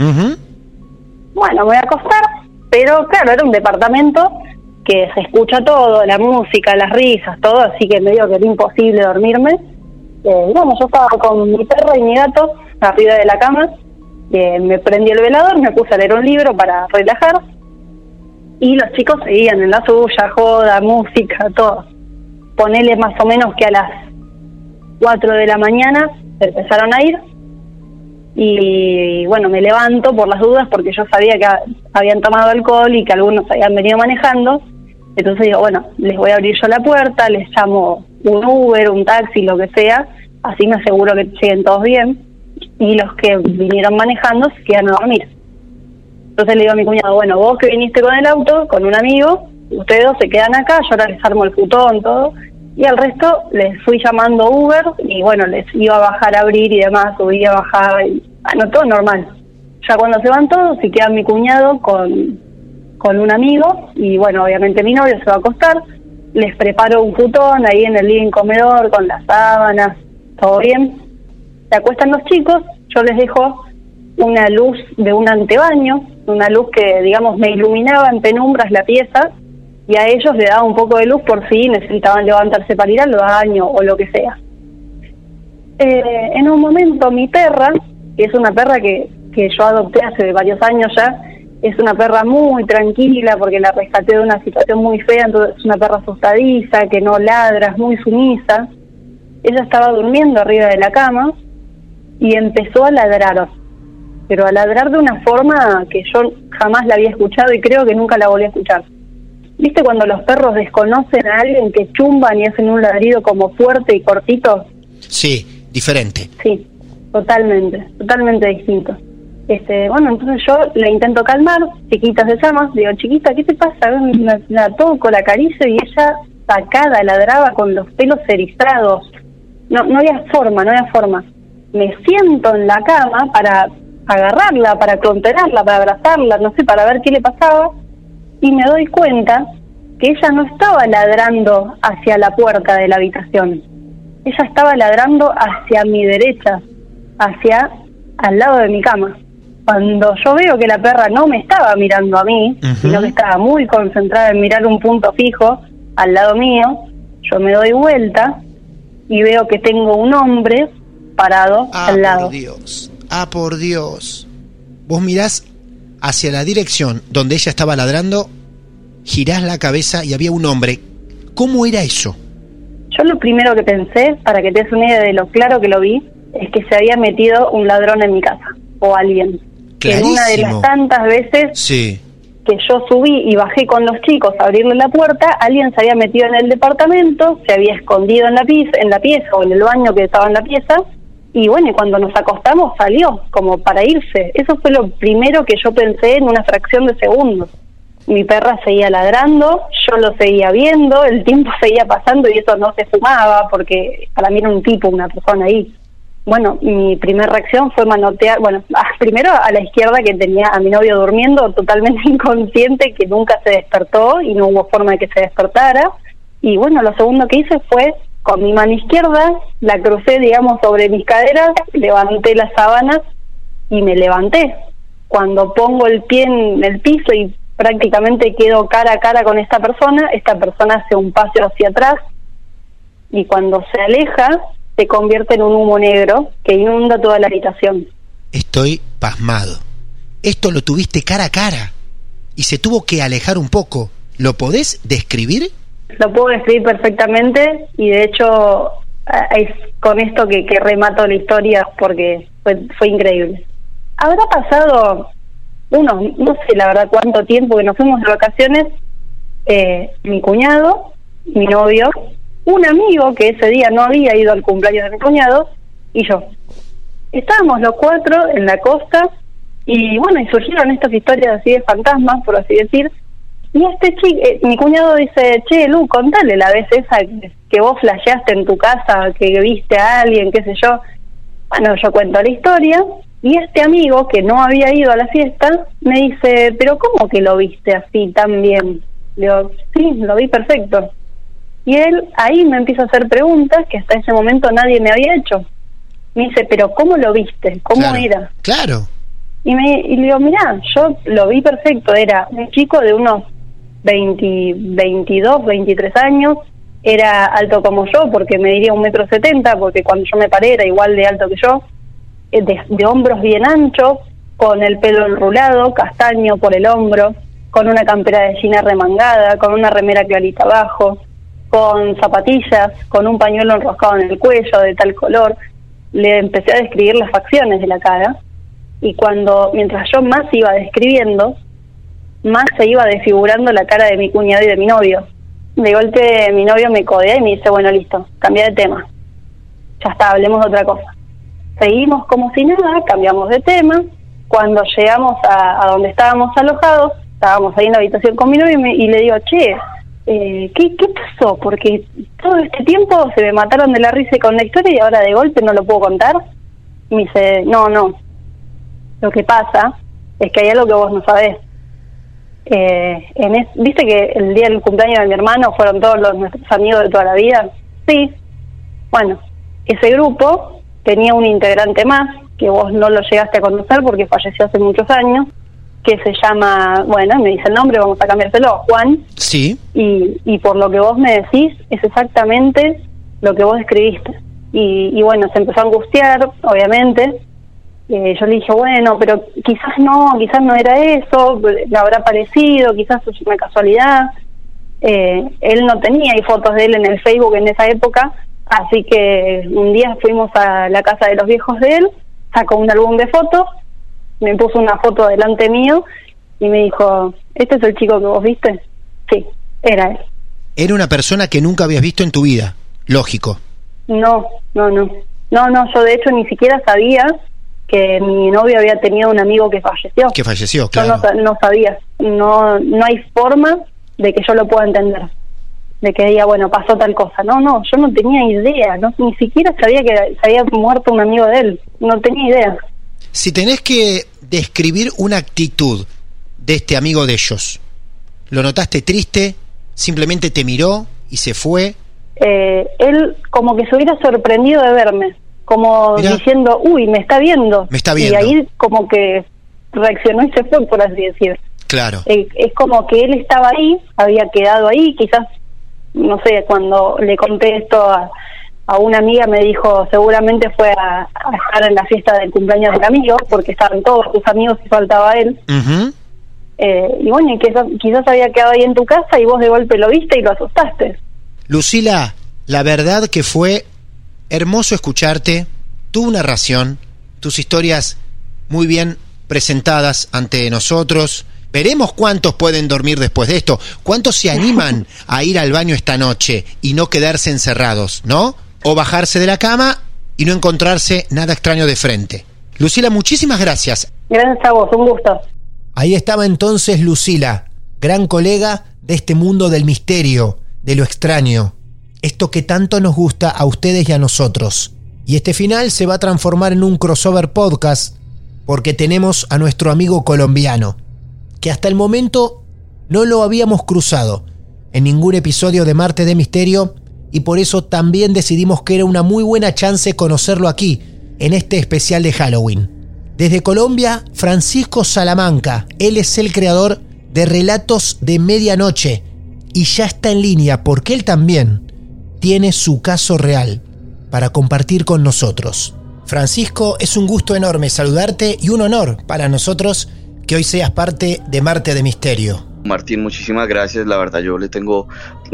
Bueno, me voy a acostar, pero claro, era un departamento que se escucha todo, la música, las risas, todo, así que me digo que era imposible dormirme. Bueno, yo estaba con mi perro y mi gato arriba de la cama, me prendí el velador, me puse a leer un libro para relajar, y los chicos seguían en la suya, joda, música, todo. Ponele más o menos que a las 4 de la mañana se empezaron a ir, y bueno, me levanto por las dudas porque yo sabía que habían tomado alcohol y que algunos habían venido manejando, Entonces digo, bueno, les voy a abrir yo la puerta, les llamo un Uber, un taxi, lo que sea, así me aseguro que lleguen todos bien, y los que vinieron manejando se quedan a dormir. Entonces le digo a mi cuñado, bueno, vos que viniste con el auto, con un amigo, ustedes dos se quedan acá, yo ahora les armo el futón, todo, y al resto les fui llamando Uber, y bueno, les iba a bajar a abrir y demás, subía, bajaba, y bueno, todo normal. Ya cuando se van todos, se queda mi cuñado con un amigo, y bueno, obviamente mi novio se va a acostar, les preparo un futón ahí en el living comedor, con las sábanas, todo bien. Se acuestan los chicos, yo les dejo una luz de un antebaño, una luz que, digamos, me iluminaba en penumbras la pieza, y a ellos le daba un poco de luz por si necesitaban levantarse para ir al baño o lo que sea. En un momento mi perra, que es una perra que yo adopté hace varios años ya, es una perra muy tranquila porque la rescaté de una situación muy fea, entonces es una perra asustadiza, que no ladra, es muy sumisa. Ella estaba durmiendo arriba de la cama y empezó a ladrar, pero a ladrar de una forma que yo jamás la había escuchado y creo que nunca la volví a escuchar. ¿Viste cuando los perros desconocen a alguien que chumban y hacen un ladrido como fuerte y cortito? Sí, diferente. Sí, totalmente distinto. Bueno, entonces yo la intento calmar, Chiquita se llama, digo, chiquita, ¿qué te pasa? La toco, la acaricio y ella sacada, ladraba con los pelos erizados. No había forma. Me siento en la cama para agarrarla, para contenerla, para abrazarla, no sé, para ver qué le pasaba, y me doy cuenta que ella no estaba ladrando hacia la puerta de la habitación. Ella estaba ladrando hacia mi derecha, hacia al lado de mi cama. Cuando yo veo que la perra no me estaba mirando a mí, sino que estaba muy concentrada en mirar un punto fijo al lado mío, yo me doy vuelta y veo que tengo un hombre parado al lado. Por Dios. Vos mirás hacia la dirección donde ella estaba ladrando, girás la cabeza y había un hombre. ¿Cómo era eso? Yo lo primero que pensé, para que te des una idea de lo claro que lo vi, es que se había metido un ladrón en mi casa, o alguien. Clarísimo. En una de las tantas veces que yo subí y bajé con los chicos a abrirle la puerta, alguien se había metido en el departamento, se había escondido en la pieza o en el baño que estaba en la pieza, y bueno, y cuando nos acostamos salió, como para irse. Eso fue lo primero que yo pensé en una fracción de segundos. Mi perra seguía ladrando, yo lo seguía viendo, el tiempo seguía pasando y eso no se fumaba, porque para mí era un tipo, una persona ahí. Bueno, mi primera reacción fue manotear, primero a la izquierda, que tenía a mi novio durmiendo, totalmente inconsciente, que nunca se despertó y no hubo forma de que se despertara. Y bueno, lo segundo que hice fue, con mi mano izquierda, la crucé, digamos, sobre mis caderas, levanté las sábanas y me levanté. Cuando pongo el pie en el piso y prácticamente quedo cara a cara con esta persona hace un paso hacia atrás y cuando se aleja se convierte en un humo negro que inunda toda la habitación. Estoy pasmado. Esto lo tuviste cara a cara y se tuvo que alejar un poco. ¿Lo podés describir? Lo puedo describir perfectamente y de hecho es con esto que remato la historia porque fue increíble. Habrá pasado no sé la verdad cuánto tiempo que nos fuimos de vacaciones, mi cuñado, mi novio, un amigo que ese día no había ido al cumpleaños de mi cuñado y yo. Estábamos los cuatro en la costa y bueno, y surgieron estas historias así de fantasmas, por así decir, y mi cuñado dice, che, Lu, contale la vez esa que vos flasheaste en tu casa, que viste a alguien, qué sé yo. Bueno, yo cuento la historia y este amigo que no había ido a la fiesta me dice, pero ¿cómo que lo viste así tan bien? Le digo, sí, lo vi perfecto. Y él ahí me empieza a hacer preguntas que hasta ese momento nadie me había hecho. Me dice, pero ¿cómo lo viste? ¿Cómo era? Claro. Y le digo, mirá, yo lo vi perfecto. Era un chico de unos 22, 23 años. Era alto como yo, porque mediría 1,70 m, porque cuando yo me paré era igual de alto que yo. De hombros bien anchos, con el pelo enrulado, castaño por el hombro, con una campera de jean remangada, con una remera clarita abajo, con zapatillas, con un pañuelo enroscado en el cuello de tal color. Le empecé a describir las facciones de la cara y mientras yo más iba describiendo, más se iba desfigurando la cara de mi cuñado y de mi novio. De golpe mi novio me codea y me dice, bueno, listo, cambia de tema. Ya está, hablemos de otra cosa. Seguimos como si nada, cambiamos de tema. Cuando llegamos a donde estábamos alojados, estábamos ahí en la habitación con mi novio y le digo, che, ¿qué pasó? Porque todo este tiempo se me mataron de la risa con la historia y ahora de golpe no lo puedo contar. Y me dice, no, lo que pasa es que hay algo que vos no sabés. ¿Viste que el día del cumpleaños de mi hermano fueron todos nuestros amigos de toda la vida? Sí. Bueno, ese grupo tenía un integrante más, que vos no lo llegaste a conocer porque falleció hace muchos años, que se llama, bueno, me dice el nombre, vamos a cambiárselo, Juan. Sí. Y por lo que vos me decís, es exactamente lo que vos describiste. Y bueno, se empezó a angustiar, obviamente. Yo le dije, bueno, pero quizás no era eso, le habrá parecido, quizás es una casualidad. Él no tenía ahí fotos de él en el Facebook en esa época, así que un día fuimos a la casa de los viejos de él, sacó un álbum de fotos, me puso una foto delante mío y me dijo, ¿este es el chico que vos viste? Sí, era él. Era una persona que nunca habías visto en tu vida, lógico. No, yo de hecho ni siquiera sabía que mi novio había tenido un amigo que falleció. Que falleció, claro. Yo no sabía, no hay forma de que yo lo pueda entender, de que diga, bueno, pasó tal cosa. No, yo no tenía idea, ni siquiera sabía que se había muerto un amigo de él, no tenía idea. Si tenés que describir una actitud de este amigo de ellos, ¿lo notaste triste? ¿Simplemente te miró y se fue? Él como que se hubiera sorprendido de verme, como Mirá. Diciendo, uy, me está viendo. Y ahí como que reaccionó y se fue, por así decir. Claro. Es como que él estaba ahí, había quedado ahí, quizás, no sé, cuando le conté esto a una amiga me dijo, seguramente fue a estar en la fiesta del cumpleaños del amigo, porque estaban todos tus amigos y faltaba él. Uh-huh. Y bueno, quizás había quedado ahí en tu casa y vos de golpe lo viste y lo asustaste. Lucila, la verdad que fue hermoso escucharte, tu narración, tus historias muy bien presentadas ante nosotros. Veremos cuántos pueden dormir después de esto, cuántos se animan a ir al baño esta noche y no quedarse encerrados, ¿no? O bajarse de la cama y no encontrarse nada extraño de frente. Lucila, muchísimas gracias. Gracias a vos, un gusto. Ahí estaba entonces Lucila, gran colega de este mundo del misterio, de lo extraño, esto que tanto nos gusta a ustedes y a nosotros. Y este final se va a transformar en un crossover podcast porque tenemos a nuestro amigo colombiano, que hasta el momento no lo habíamos cruzado en ningún episodio de Martes de Misterio y por eso también decidimos que era una muy buena chance conocerlo aquí, en este especial de Halloween. Desde Colombia, Francisco Salamanca, él es el creador de Relatos de Medianoche y ya está en línea porque él también tiene su caso real para compartir con nosotros. Francisco, es un gusto enorme saludarte y un honor para nosotros que hoy seas parte de Martes de Misterio. Martín, muchísimas gracias. La verdad, yo le tengo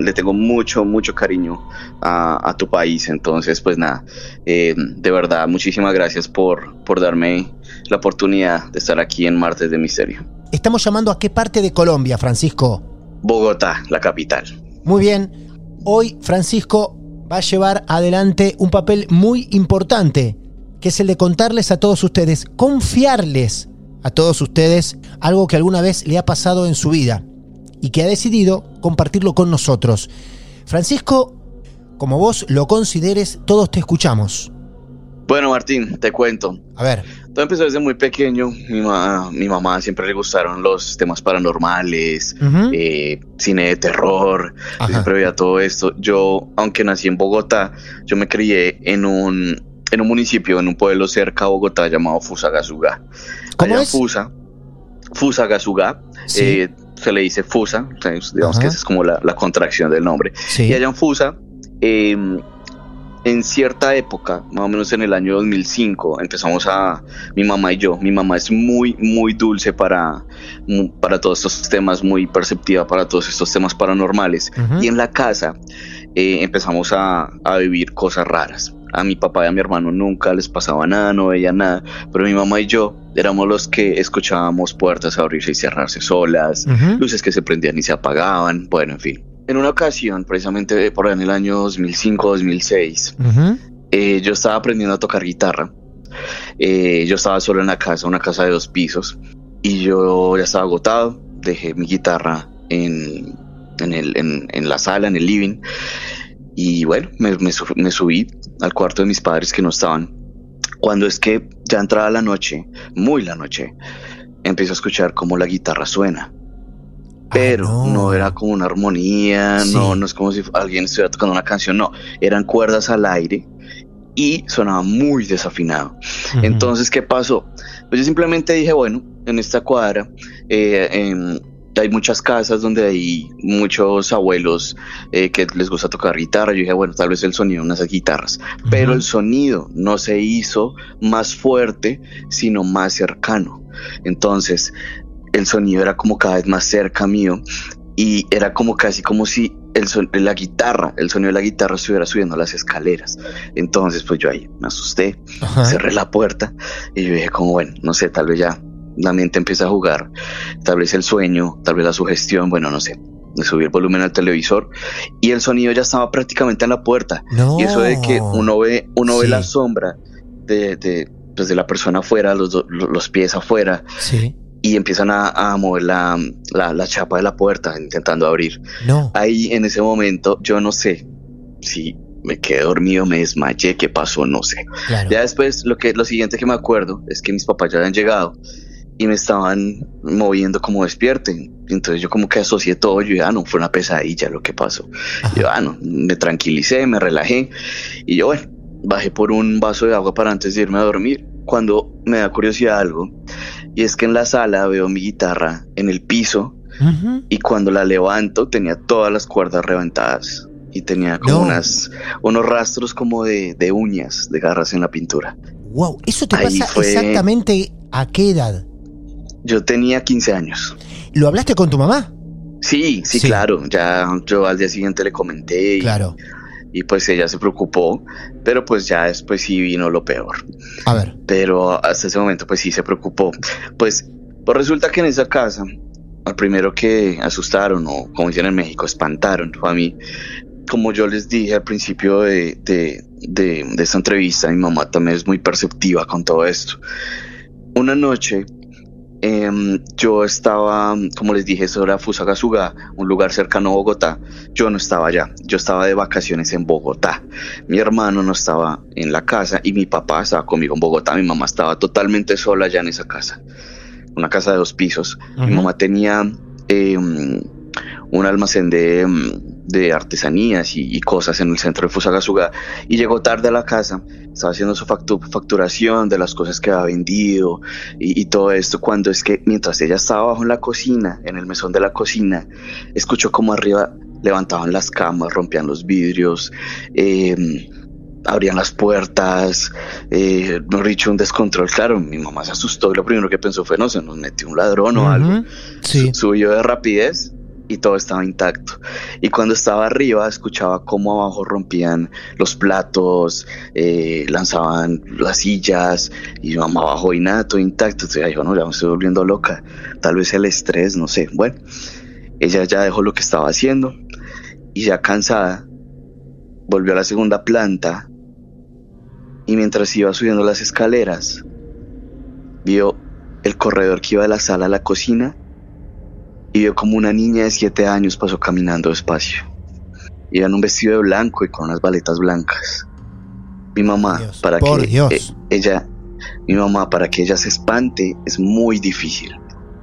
mucho cariño a tu país. Entonces, pues nada, de verdad, muchísimas gracias por darme la oportunidad de estar aquí en Martes de Misterio. Estamos llamando a qué parte de Colombia, Francisco. Bogotá, la capital. Muy bien. Hoy Francisco va a llevar adelante un papel muy importante, que es el de contarles a todos ustedes, confiarles a todos ustedes algo que alguna vez le ha pasado en su vida y que ha decidido compartirlo con nosotros. Francisco, como vos lo consideres, todos te escuchamos. Bueno, Martín, te cuento. A ver. Todo empezó desde muy pequeño. Mi mamá siempre le gustaron los temas paranormales, uh-huh. Cine de terror. Siempre veía todo esto. Yo, aunque nací en Bogotá, yo me crié en un municipio, en un pueblo cerca a Bogotá llamado Fusagasugá. ¿Cómo allá es? Fusagasugá. Sí. Se le dice Fusa, digamos que esa es como la contracción del nombre. Sí. Y allá en Fusa, en cierta época, más o menos en el año 2005, empezamos mi mamá y yo. Mi mamá es muy dulce para todos estos temas, muy perceptiva para todos estos temas paranormales. Uh-huh. Y en la casa empezamos a vivir cosas raras. A mi papá y a mi hermano nunca les pasaba nada, no veían nada, pero mi mamá y yo éramos los que escuchábamos puertas abrirse y cerrarse solas, luces que se prendían y se apagaban, bueno, en fin. En una ocasión, precisamente por ahí en el año 2005-2006, yo estaba aprendiendo a tocar guitarra. Yo estaba solo en la casa, una casa de 2 pisos, y yo ya estaba agotado. Dejé mi guitarra en la sala, en el living, y bueno, me subí al cuarto de mis padres que no estaban. Cuando es que ya entraba la noche, muy la noche, empiezo a escuchar cómo la guitarra suena. Pero no era como una armonía, no es como si alguien estuviera tocando una canción, no, eran cuerdas al aire y sonaba muy desafinado. Entonces, ¿qué pasó? Pues yo simplemente dije, bueno, en esta cuadra hay muchas casas donde hay muchos abuelos que les gusta tocar guitarra. Yo dije, bueno, tal vez el sonido de unas guitarras, pero el sonido no se hizo más fuerte, sino más cercano. Entonces, el sonido era como cada vez más cerca mío y era como casi como si el sonido de la guitarra estuviera subiendo las escaleras. Entonces, pues yo ahí me asusté, cerré la puerta y yo dije como, bueno, no sé, tal vez ya la mente empieza a jugar, tal vez el sueño, tal vez la sugestión, bueno, no sé. Le subí el volumen al televisor y el sonido ya estaba prácticamente en la puerta. Y eso de que uno ve la sombra de la persona afuera, los pies afuera, y empiezan a mover la chapa de la puerta intentando abrir. Ahí en ese momento yo no sé si me quedé dormido, me desmayé, qué pasó, no sé. Ya después lo siguiente que me acuerdo es que mis papás ya habían llegado y me estaban moviendo como despierten. Entonces yo como que asocié todo, yo no, fue una pesadilla lo que pasó. Yo no, me tranquilicé, me relajé y yo bueno, bajé por un vaso de agua para antes de irme a dormir, cuando me da curiosidad algo, y es que en la sala veo mi guitarra en el piso y cuando la levanto tenía todas las cuerdas reventadas y tenía como unos rastros como de uñas, de garras en la pintura. Wow, ¿eso te pasa exactamente a qué edad? Yo tenía 15 años. ¿Lo hablaste con tu mamá? Sí, claro. Ya yo al día siguiente le comenté y pues ella se preocupó, pero pues ya después sí vino lo peor. A ver. Pero hasta ese momento pues sí se preocupó. Pues resulta que en esa casa, al primero que asustaron, o como dicen en México, espantaron, fue a mí. Como yo les dije al principio de esta entrevista, mi mamá también es muy perceptiva con todo esto. Una noche yo estaba, como les dije, eso era Fusagasugá, un lugar cercano a Bogotá. Yo no estaba allá, yo estaba de vacaciones en Bogotá. Mi hermano no estaba en la casa y mi papá estaba conmigo en Bogotá. Mi mamá estaba totalmente sola allá en esa casa, una casa de 2 pisos. Mi mamá tenía un almacén de artesanías y cosas en el centro de Fusagasugá, y llegó tarde a la casa, estaba haciendo su facturación de las cosas que había vendido y todo esto, cuando es que mientras ella estaba abajo en la cocina, en el mesón de la cocina, escuchó como arriba levantaban las camas, rompían los vidrios, abrían las puertas, mejor dicho, un descontrol. Claro, mi mamá se asustó y lo primero que pensó fue, no, se nos metió un ladrón o algo. Subió de rapidez y todo estaba intacto. Y cuando estaba arriba escuchaba cómo abajo rompían los platos, lanzaban las sillas, y mi mamá abajo y nada, todo intacto. Entonces dijo, no, ya me estoy volviendo loca, tal vez el estrés, no sé. Bueno, ella ya dejó lo que estaba haciendo y ya cansada volvió a la segunda planta, y mientras iba subiendo las escaleras vio el corredor que iba de la sala a la cocina y vio como una niña de 7 años pasó caminando despacio. Iba en un vestido de blanco y con unas baletas blancas. Mi mamá, para que ella se espante es muy difícil,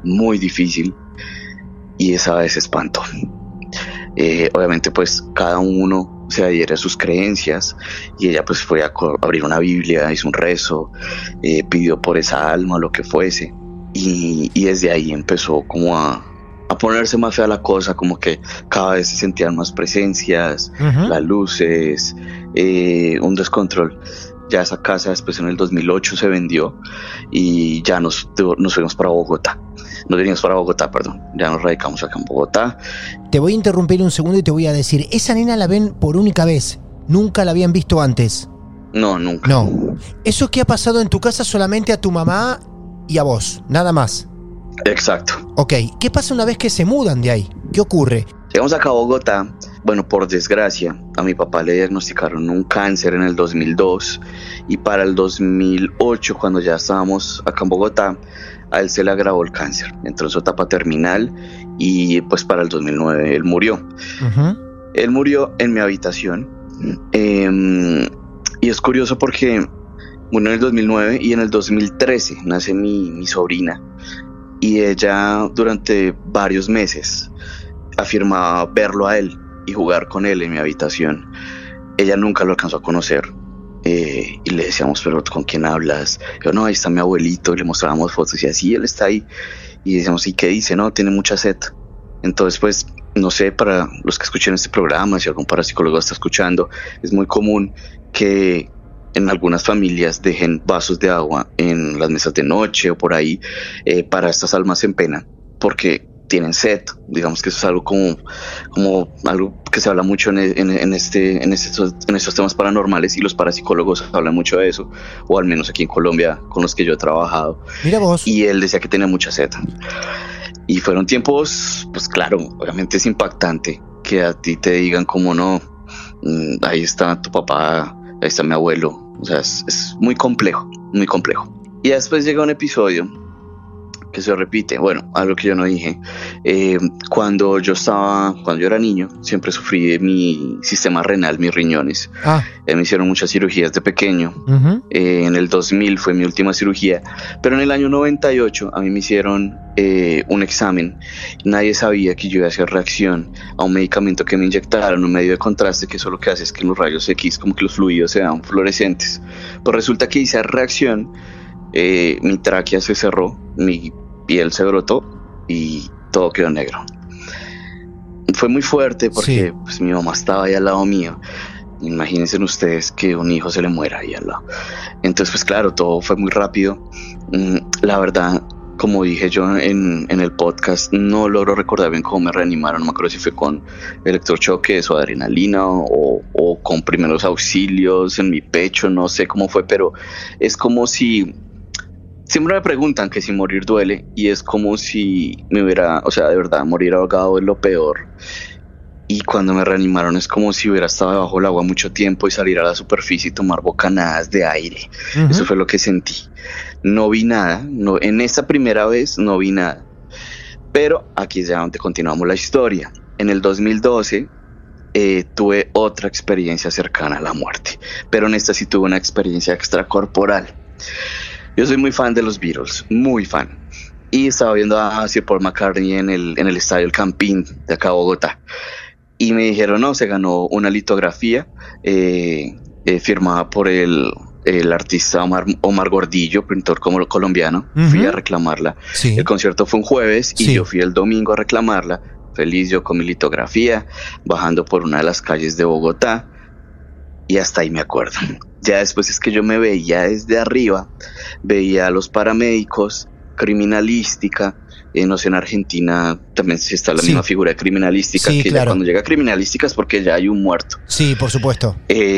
y esa vez se espantó. Obviamente pues cada uno se adhiere a sus creencias, y ella pues fue a abrir una Biblia, hizo un rezo, pidió por esa alma, lo que fuese, y desde ahí empezó como a ponerse más fea la cosa, como que cada vez se sentían más presencias, las luces, un descontrol. Ya esa casa después en el 2008 se vendió y ya nos fuimos para Bogotá. Nos venimos para Bogotá, perdón. Ya nos radicamos acá en Bogotá. Te voy a interrumpir un segundo y te voy a decir, esa nena la ven por única vez. ¿Nunca la habían visto antes? No, nunca. No. ¿Eso qué ha pasado en tu casa solamente a tu mamá y a vos, nada más. Exacto. Ok, ¿qué pasa una vez que se mudan de ahí? ¿Qué ocurre? Llegamos acá a Bogotá. Bueno, por desgracia, a mi papá le diagnosticaron un cáncer en el 2002 y para el 2008, cuando ya estábamos acá en Bogotá, a él se le agravó el cáncer. Entró en su etapa terminal y pues para el 2009 él murió. Él murió en mi habitación. Y es curioso porque murió en el 2009 y en el 2013 nace mi sobrina. Y ella durante varios meses afirmaba verlo a él y jugar con él en mi habitación. Ella nunca lo alcanzó a conocer. Y le decíamos, pero ¿con quién hablas? Yo, no, ahí está mi abuelito, y le mostrábamos fotos y así, él está ahí. Y decíamos, ¿y qué dice? No, tiene mucha sed. Entonces, pues, no sé, para los que escuchen este programa, si algún parapsicólogo está escuchando, es muy común que en algunas familias dejen vasos de agua en las mesas de noche o por ahí para estas almas en pena, porque tienen sed. Digamos que eso es algo como algo que se habla mucho en estos temas paranormales, y los parapsicólogos hablan mucho de eso, o al menos aquí en Colombia con los que yo he trabajado. Mira vos. Y él decía que tenía mucha sed. Y fueron tiempos, pues claro, obviamente es impactante que a ti te digan como no, ahí está tu papá, ahí está mi abuelo. O sea, es muy complejo, muy complejo. Y después llega un episodio que se repite, bueno, algo que yo no dije. Cuando yo era niño, siempre sufrí de mi sistema renal, mis riñones. Me hicieron muchas cirugías de pequeño. En el 2000 fue mi última cirugía, pero en el año 98 a mí me hicieron un examen. Nadie sabía que yo iba a hacer reacción a un medicamento que me inyectaron, un medio de contraste, que eso lo que hace es que en los rayos X como que los fluidos se dan fluorescentes. Pues resulta que hice reacción, mi tráquea se cerró, mi piel se brotó y todo quedó negro. Fue muy fuerte porque pues, mi mamá estaba ahí al lado mío. Imagínense ustedes que un hijo se le muera ahí al lado. Entonces pues claro, todo fue muy rápido. La verdad, como dije yo en el podcast, no logro recordar bien cómo me reanimaron. No me acuerdo si fue con electrochoques o adrenalina o con primeros auxilios en mi pecho, no sé cómo fue, pero es como si... Siempre me preguntan que si morir duele, y es como si me hubiera, o sea, de verdad, morir ahogado es lo peor. Y cuando me reanimaron es como si hubiera estado debajo del agua mucho tiempo y salir a la superficie y tomar bocanadas de aire. Eso fue lo que sentí. No vi nada, en esa primera vez no vi nada. Pero aquí es ya donde continuamos la historia. En el 2012 tuve otra experiencia cercana a la muerte, pero en esta sí tuve una experiencia extracorporal. Yo soy muy fan de los Beatles, muy fan. Y estaba viendo a Sir Paul McCartney en el estadio El Campín de acá Bogotá. Y me dijeron, no, se ganó una litografía firmada por el artista Omar Gordillo, pintor colombiano. Fui a reclamarla. El concierto fue un jueves y yo fui el domingo a reclamarla. Feliz yo con mi litografía, bajando por una de las calles de Bogotá. Y hasta ahí me acuerdo. Ya después es que yo me veía desde arriba, veía a los paramédicos, criminalística, no sé, en Argentina también está la misma figura de criminalística, que ya cuando llega criminalística es porque ya hay un muerto. Sí, por supuesto.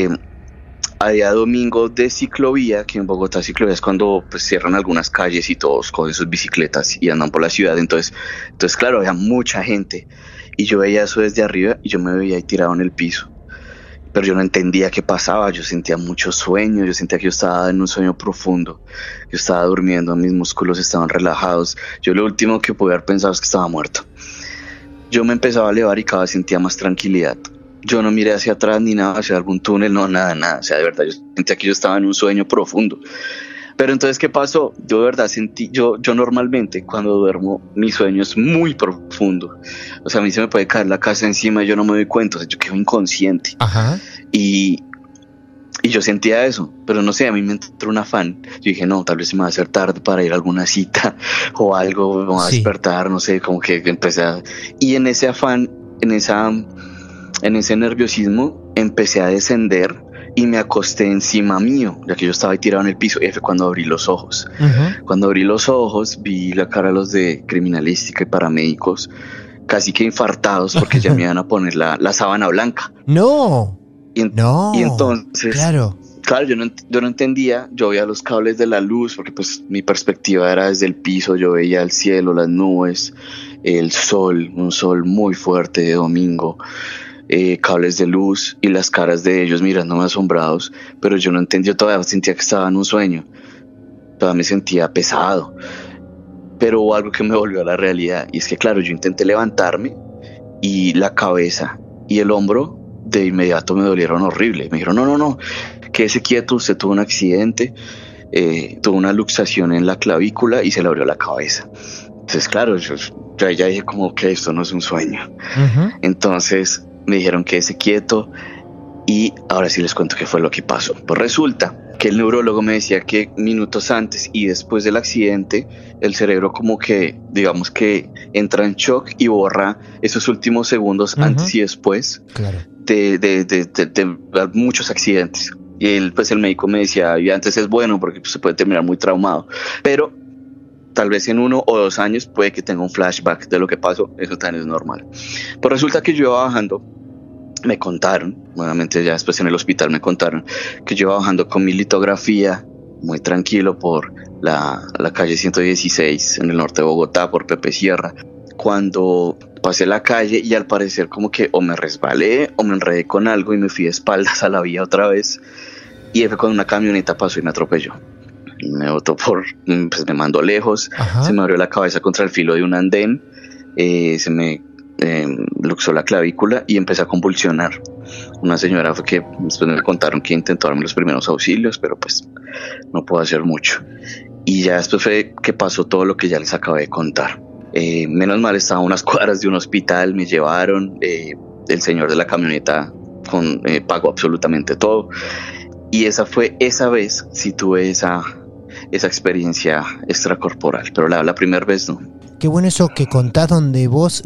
Había domingo de ciclovía, que en Bogotá ciclovía es cuando pues, cierran algunas calles y todos cogen sus bicicletas y andan por la ciudad, entonces claro, había mucha gente y yo veía eso desde arriba y yo me veía ahí tirado en el piso. Pero yo no entendía qué pasaba, yo sentía mucho sueño, yo sentía que yo estaba en un sueño profundo, yo estaba durmiendo, mis músculos estaban relajados, yo lo último que pude haber pensado es que estaba muerto. Yo me empezaba a elevar y cada vez sentía más tranquilidad. Yo no miré hacia atrás ni nada, hacia algún túnel, no, nada, o sea, de verdad, yo sentía que yo estaba en un sueño profundo. Pero entonces, ¿qué pasó? Yo de verdad sentí, yo normalmente cuando duermo, mi sueño es muy profundo. O sea, a mí se me puede caer la casa encima y yo no me doy cuenta, o sea, yo quedo inconsciente. Y yo sentía eso, pero no sé, a mí me entró un afán. Yo dije, no, tal vez se me va a hacer tarde para ir a alguna cita o algo, me va a despertar, no sé, como que empecé a... Y en ese afán, en ese nerviosismo, empecé a descender y me acosté encima mío, ya que yo estaba ahí tirado en el piso, y fue cuando abrí los ojos. Cuando abrí los ojos, vi la cara de los de criminalística y paramédicos, casi que infartados, porque ya me iban a poner la sábana blanca. Y entonces, claro, claro, yo no entendía, yo veía los cables de la luz, porque pues mi perspectiva era desde el piso, yo veía el cielo, las nubes, el sol, un sol muy fuerte de domingo, cables de luz y las caras de ellos mirándome asombrados, pero yo no entendía, yo todavía sentía que estaba en un sueño, todavía me sentía pesado, pero hubo algo que me volvió a la realidad, y es que claro, yo intenté levantarme y la cabeza y el hombro de inmediato me dolieron horrible. Me dijeron, no, quédese quieto, usted tuvo un accidente, tuvo una luxación en la clavícula y se le abrió la cabeza. Entonces, claro, yo ya dije como que esto no es un sueño. Uh-huh. Entonces me dijeron, quédese quieto, y ahora sí les cuento qué fue lo que pasó. Pues resulta que el neurólogo me decía que minutos antes y después del accidente, el cerebro como que, digamos que entra en shock y borra esos últimos segundos uh-huh. antes y después de muchos accidentes. Y el médico me decía, y antes es bueno porque se puede terminar muy traumado, pero tal vez en 1 o 2 años puede que tenga un flashback de lo que pasó, eso también es normal. Pues resulta que yo iba bajando, me contaron, nuevamente ya después en el hospital me contaron que yo iba bajando con mi litografía muy tranquilo por la calle 116 en el norte de Bogotá, por Pepe Sierra, cuando pasé la calle y al parecer como que o me resbalé o me enredé con algo y me fui de espaldas a la vía otra vez, y fue cuando una camioneta pasó y me atropelló. Me botó pues me mandó lejos. Ajá. Se me abrió la cabeza contra el filo de un andén, se me luxó la clavícula y empecé a convulsionar. Una señora fue que después me contaron que intentó darme los primeros auxilios, pero pues no puedo hacer mucho. Y ya después fue que pasó todo lo que ya les acabé de contar. Menos mal estaba a unas cuadras de un hospital, me llevaron, el señor de la camioneta pagó absolutamente todo, y esa vez sí tuve esa experiencia extracorporal, pero la primera vez no. Qué bueno eso que contás, donde vos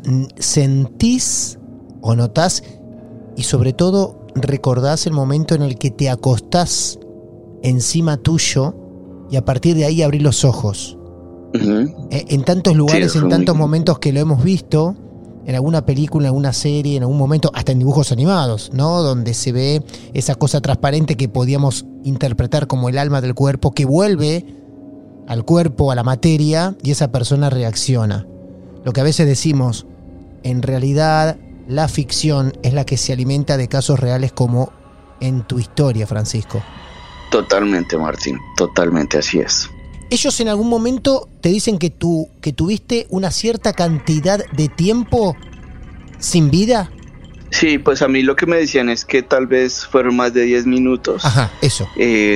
sentís o notás y sobre todo recordás el momento en el que te acostás encima tuyo y a partir de ahí abrís los ojos. Uh-huh. En tantos lugares, sí, en tantos momentos que lo hemos visto, en alguna película, en alguna serie, en algún momento, hasta en dibujos animados, ¿no? Donde se ve esa cosa transparente que podíamos interpretar como el alma del cuerpo, que vuelve al cuerpo, a la materia, y esa persona reacciona. Lo que a veces decimos, en realidad la ficción es la que se alimenta de casos reales, como en tu historia, Francisco. Totalmente, Martín, totalmente, así es. ¿Ellos en algún momento te dicen que tuviste una cierta cantidad de tiempo sin vida? Sí, pues a mí lo que me decían es que tal vez fueron más de 10 minutos. Ajá, eso. Y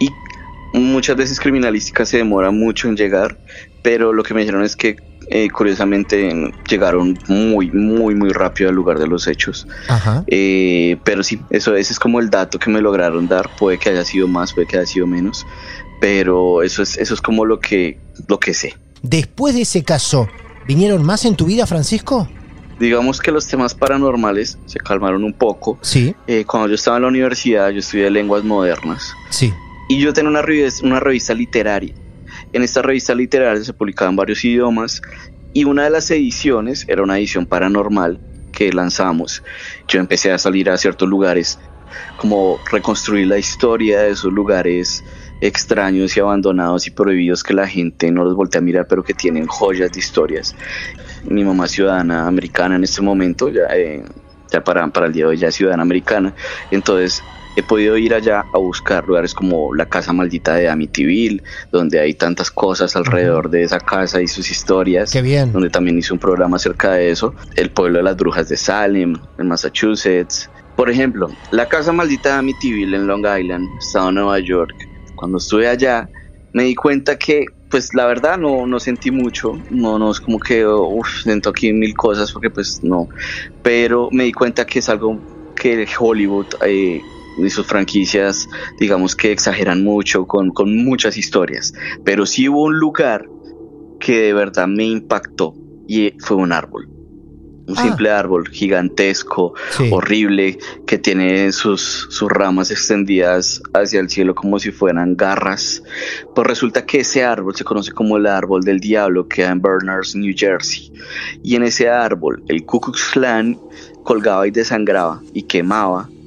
muchas veces criminalística se demora mucho en llegar, pero lo que me dijeron es que curiosamente llegaron muy, muy, muy rápido al lugar de los hechos. Ajá. Pero sí, ese es como el dato que me lograron dar. Puede que haya sido más, puede que haya sido menos, pero eso es como lo que sé. Después de ese caso, ¿vinieron más en tu vida, Francisco? Digamos que los temas paranormales se calmaron un poco. Sí. Cuando yo estaba en la universidad, yo estudié lenguas modernas. Sí. Y yo tenía una revista literaria. En esta revista literaria se publicaban varios idiomas, y una de las ediciones era una edición paranormal que lanzamos. Yo empecé a salir a ciertos lugares, como reconstruir la historia de esos lugares extraños y abandonados y prohibidos que la gente no los voltea a mirar, pero que tienen joyas de historias. Mi mamá es ciudadana americana en este momento, ya para el día de hoy ya es ciudadana americana, entonces he podido ir allá a buscar lugares como la casa maldita de Amityville, donde hay tantas cosas alrededor de esa casa y sus historias. Qué bien. Donde también hice un programa acerca de eso. El pueblo de las brujas de Salem, en Massachusetts. Por ejemplo, la casa maldita de Amityville en Long Island, estado de Nueva York. Cuando estuve allá, me di cuenta que, pues la verdad no sentí mucho. No es como que, siento aquí 1000 cosas, porque pues no. Pero me di cuenta que es algo que Hollywood y sus franquicias, digamos que exageran mucho con muchas historias, pero sí hubo un lugar que de verdad me impactó, y fue un árbol, un simple árbol gigantesco, sí, horrible, que tiene sus ramas extendidas hacia el cielo como si fueran garras. Pues resulta que ese árbol se conoce como el árbol del diablo, queda en Berners, New Jersey, y en ese árbol el Ku Klux Klan colgaba y desangraba y quemaba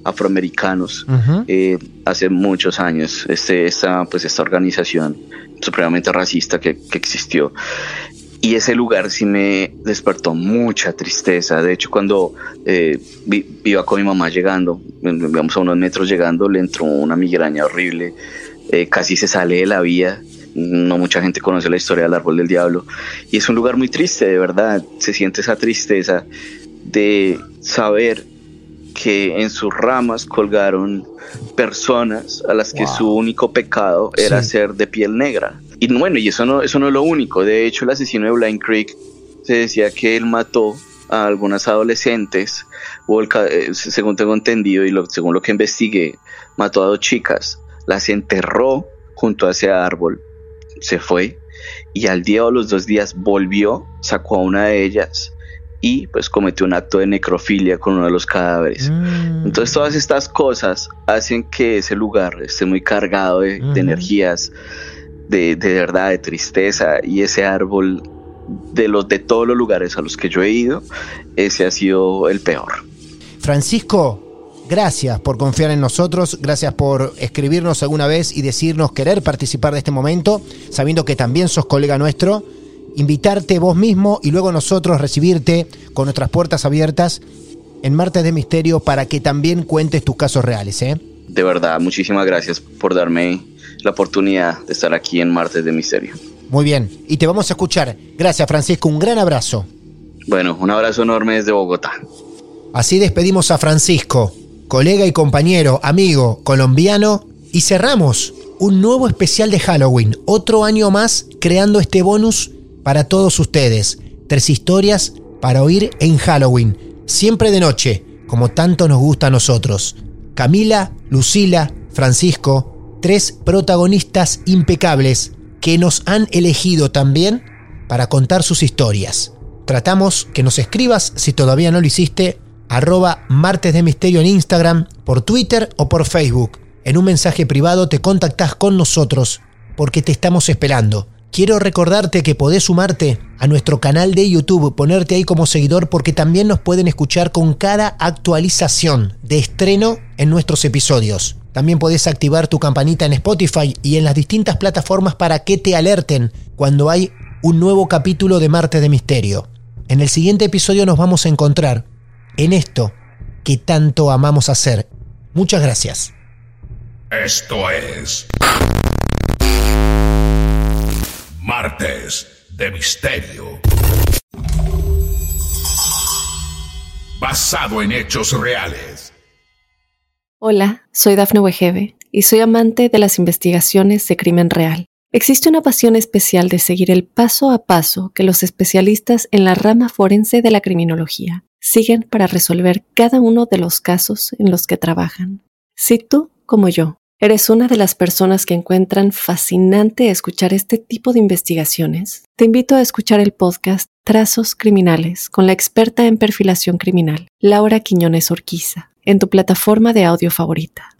afroamericanos hace muchos años. Esta organización supremamente racista que existió. Y ese lugar sí me despertó mucha tristeza. De hecho, cuando iba con mi mamá llegando, digamos a unos metros llegando, le entró una migraña horrible. Casi se sale de la vía. No mucha gente conoce la historia del Árbol del Diablo. Y es un lugar muy triste, de verdad. Se siente esa tristeza de saber que en sus ramas colgaron personas a las que su único pecado era ser de piel negra. Y bueno, y eso no es lo único. De hecho, el asesino de Blind Creek se decía que él mató a algunas adolescentes, según tengo entendido y según lo que investigué, mató a 2 chicas, las enterró junto a ese árbol, se fue, y al día o los 2 días volvió, sacó a una de ellas y pues cometió un acto de necrofilia con uno de los cadáveres. Entonces todas estas cosas hacen que ese lugar esté muy cargado de energías, de verdad, de tristeza, y ese árbol de todos los lugares a los que yo he ido, ese ha sido el peor. Francisco, gracias por confiar en nosotros, gracias por escribirnos alguna vez y decirnos querer participar de este momento, sabiendo que también sos colega nuestro, invitarte vos mismo y luego nosotros recibirte con nuestras puertas abiertas en Martes de Misterio para que también cuentes tus casos reales, ¿eh? De verdad, muchísimas gracias por darme la oportunidad de estar aquí en Martes de Misterio. Muy bien, y te vamos a escuchar. Gracias, Francisco, un gran abrazo. Bueno, un abrazo enorme desde Bogotá. Así despedimos a Francisco, colega y compañero, amigo, colombiano, y cerramos un nuevo especial de Halloween, otro año más creando este bonus para todos ustedes. 3 historias para oír en Halloween, siempre de noche, como tanto nos gusta a nosotros. Camila, Lucila, Francisco, 3 protagonistas impecables que nos han elegido también para contar sus historias. Tratamos que nos escribas, si todavía no lo hiciste, @Martes de Misterio en Instagram, por Twitter o por Facebook. En un mensaje privado te contactás con nosotros porque te estamos esperando. Quiero recordarte que podés sumarte a nuestro canal de YouTube, ponerte ahí como seguidor porque también nos pueden escuchar con cada actualización de estreno en nuestros episodios. También podés activar tu campanita en Spotify y en las distintas plataformas para que te alerten cuando hay un nuevo capítulo de Martes de Misterio. En el siguiente episodio nos vamos a encontrar en esto que tanto amamos hacer. Muchas gracias. Esto es Martes de Misterio. Basado en hechos reales. Hola, soy Dafne Wegebe y soy amante de las investigaciones de crimen real. Existe una pasión especial de seguir el paso a paso que los especialistas en la rama forense de la criminología siguen para resolver cada uno de los casos en los que trabajan. Si tú, como yo, eres una de las personas que encuentran fascinante escuchar este tipo de investigaciones, te invito a escuchar el podcast Trazos Criminales con la experta en perfilación criminal, Laura Quiñones Orquiza, en tu plataforma de audio favorita.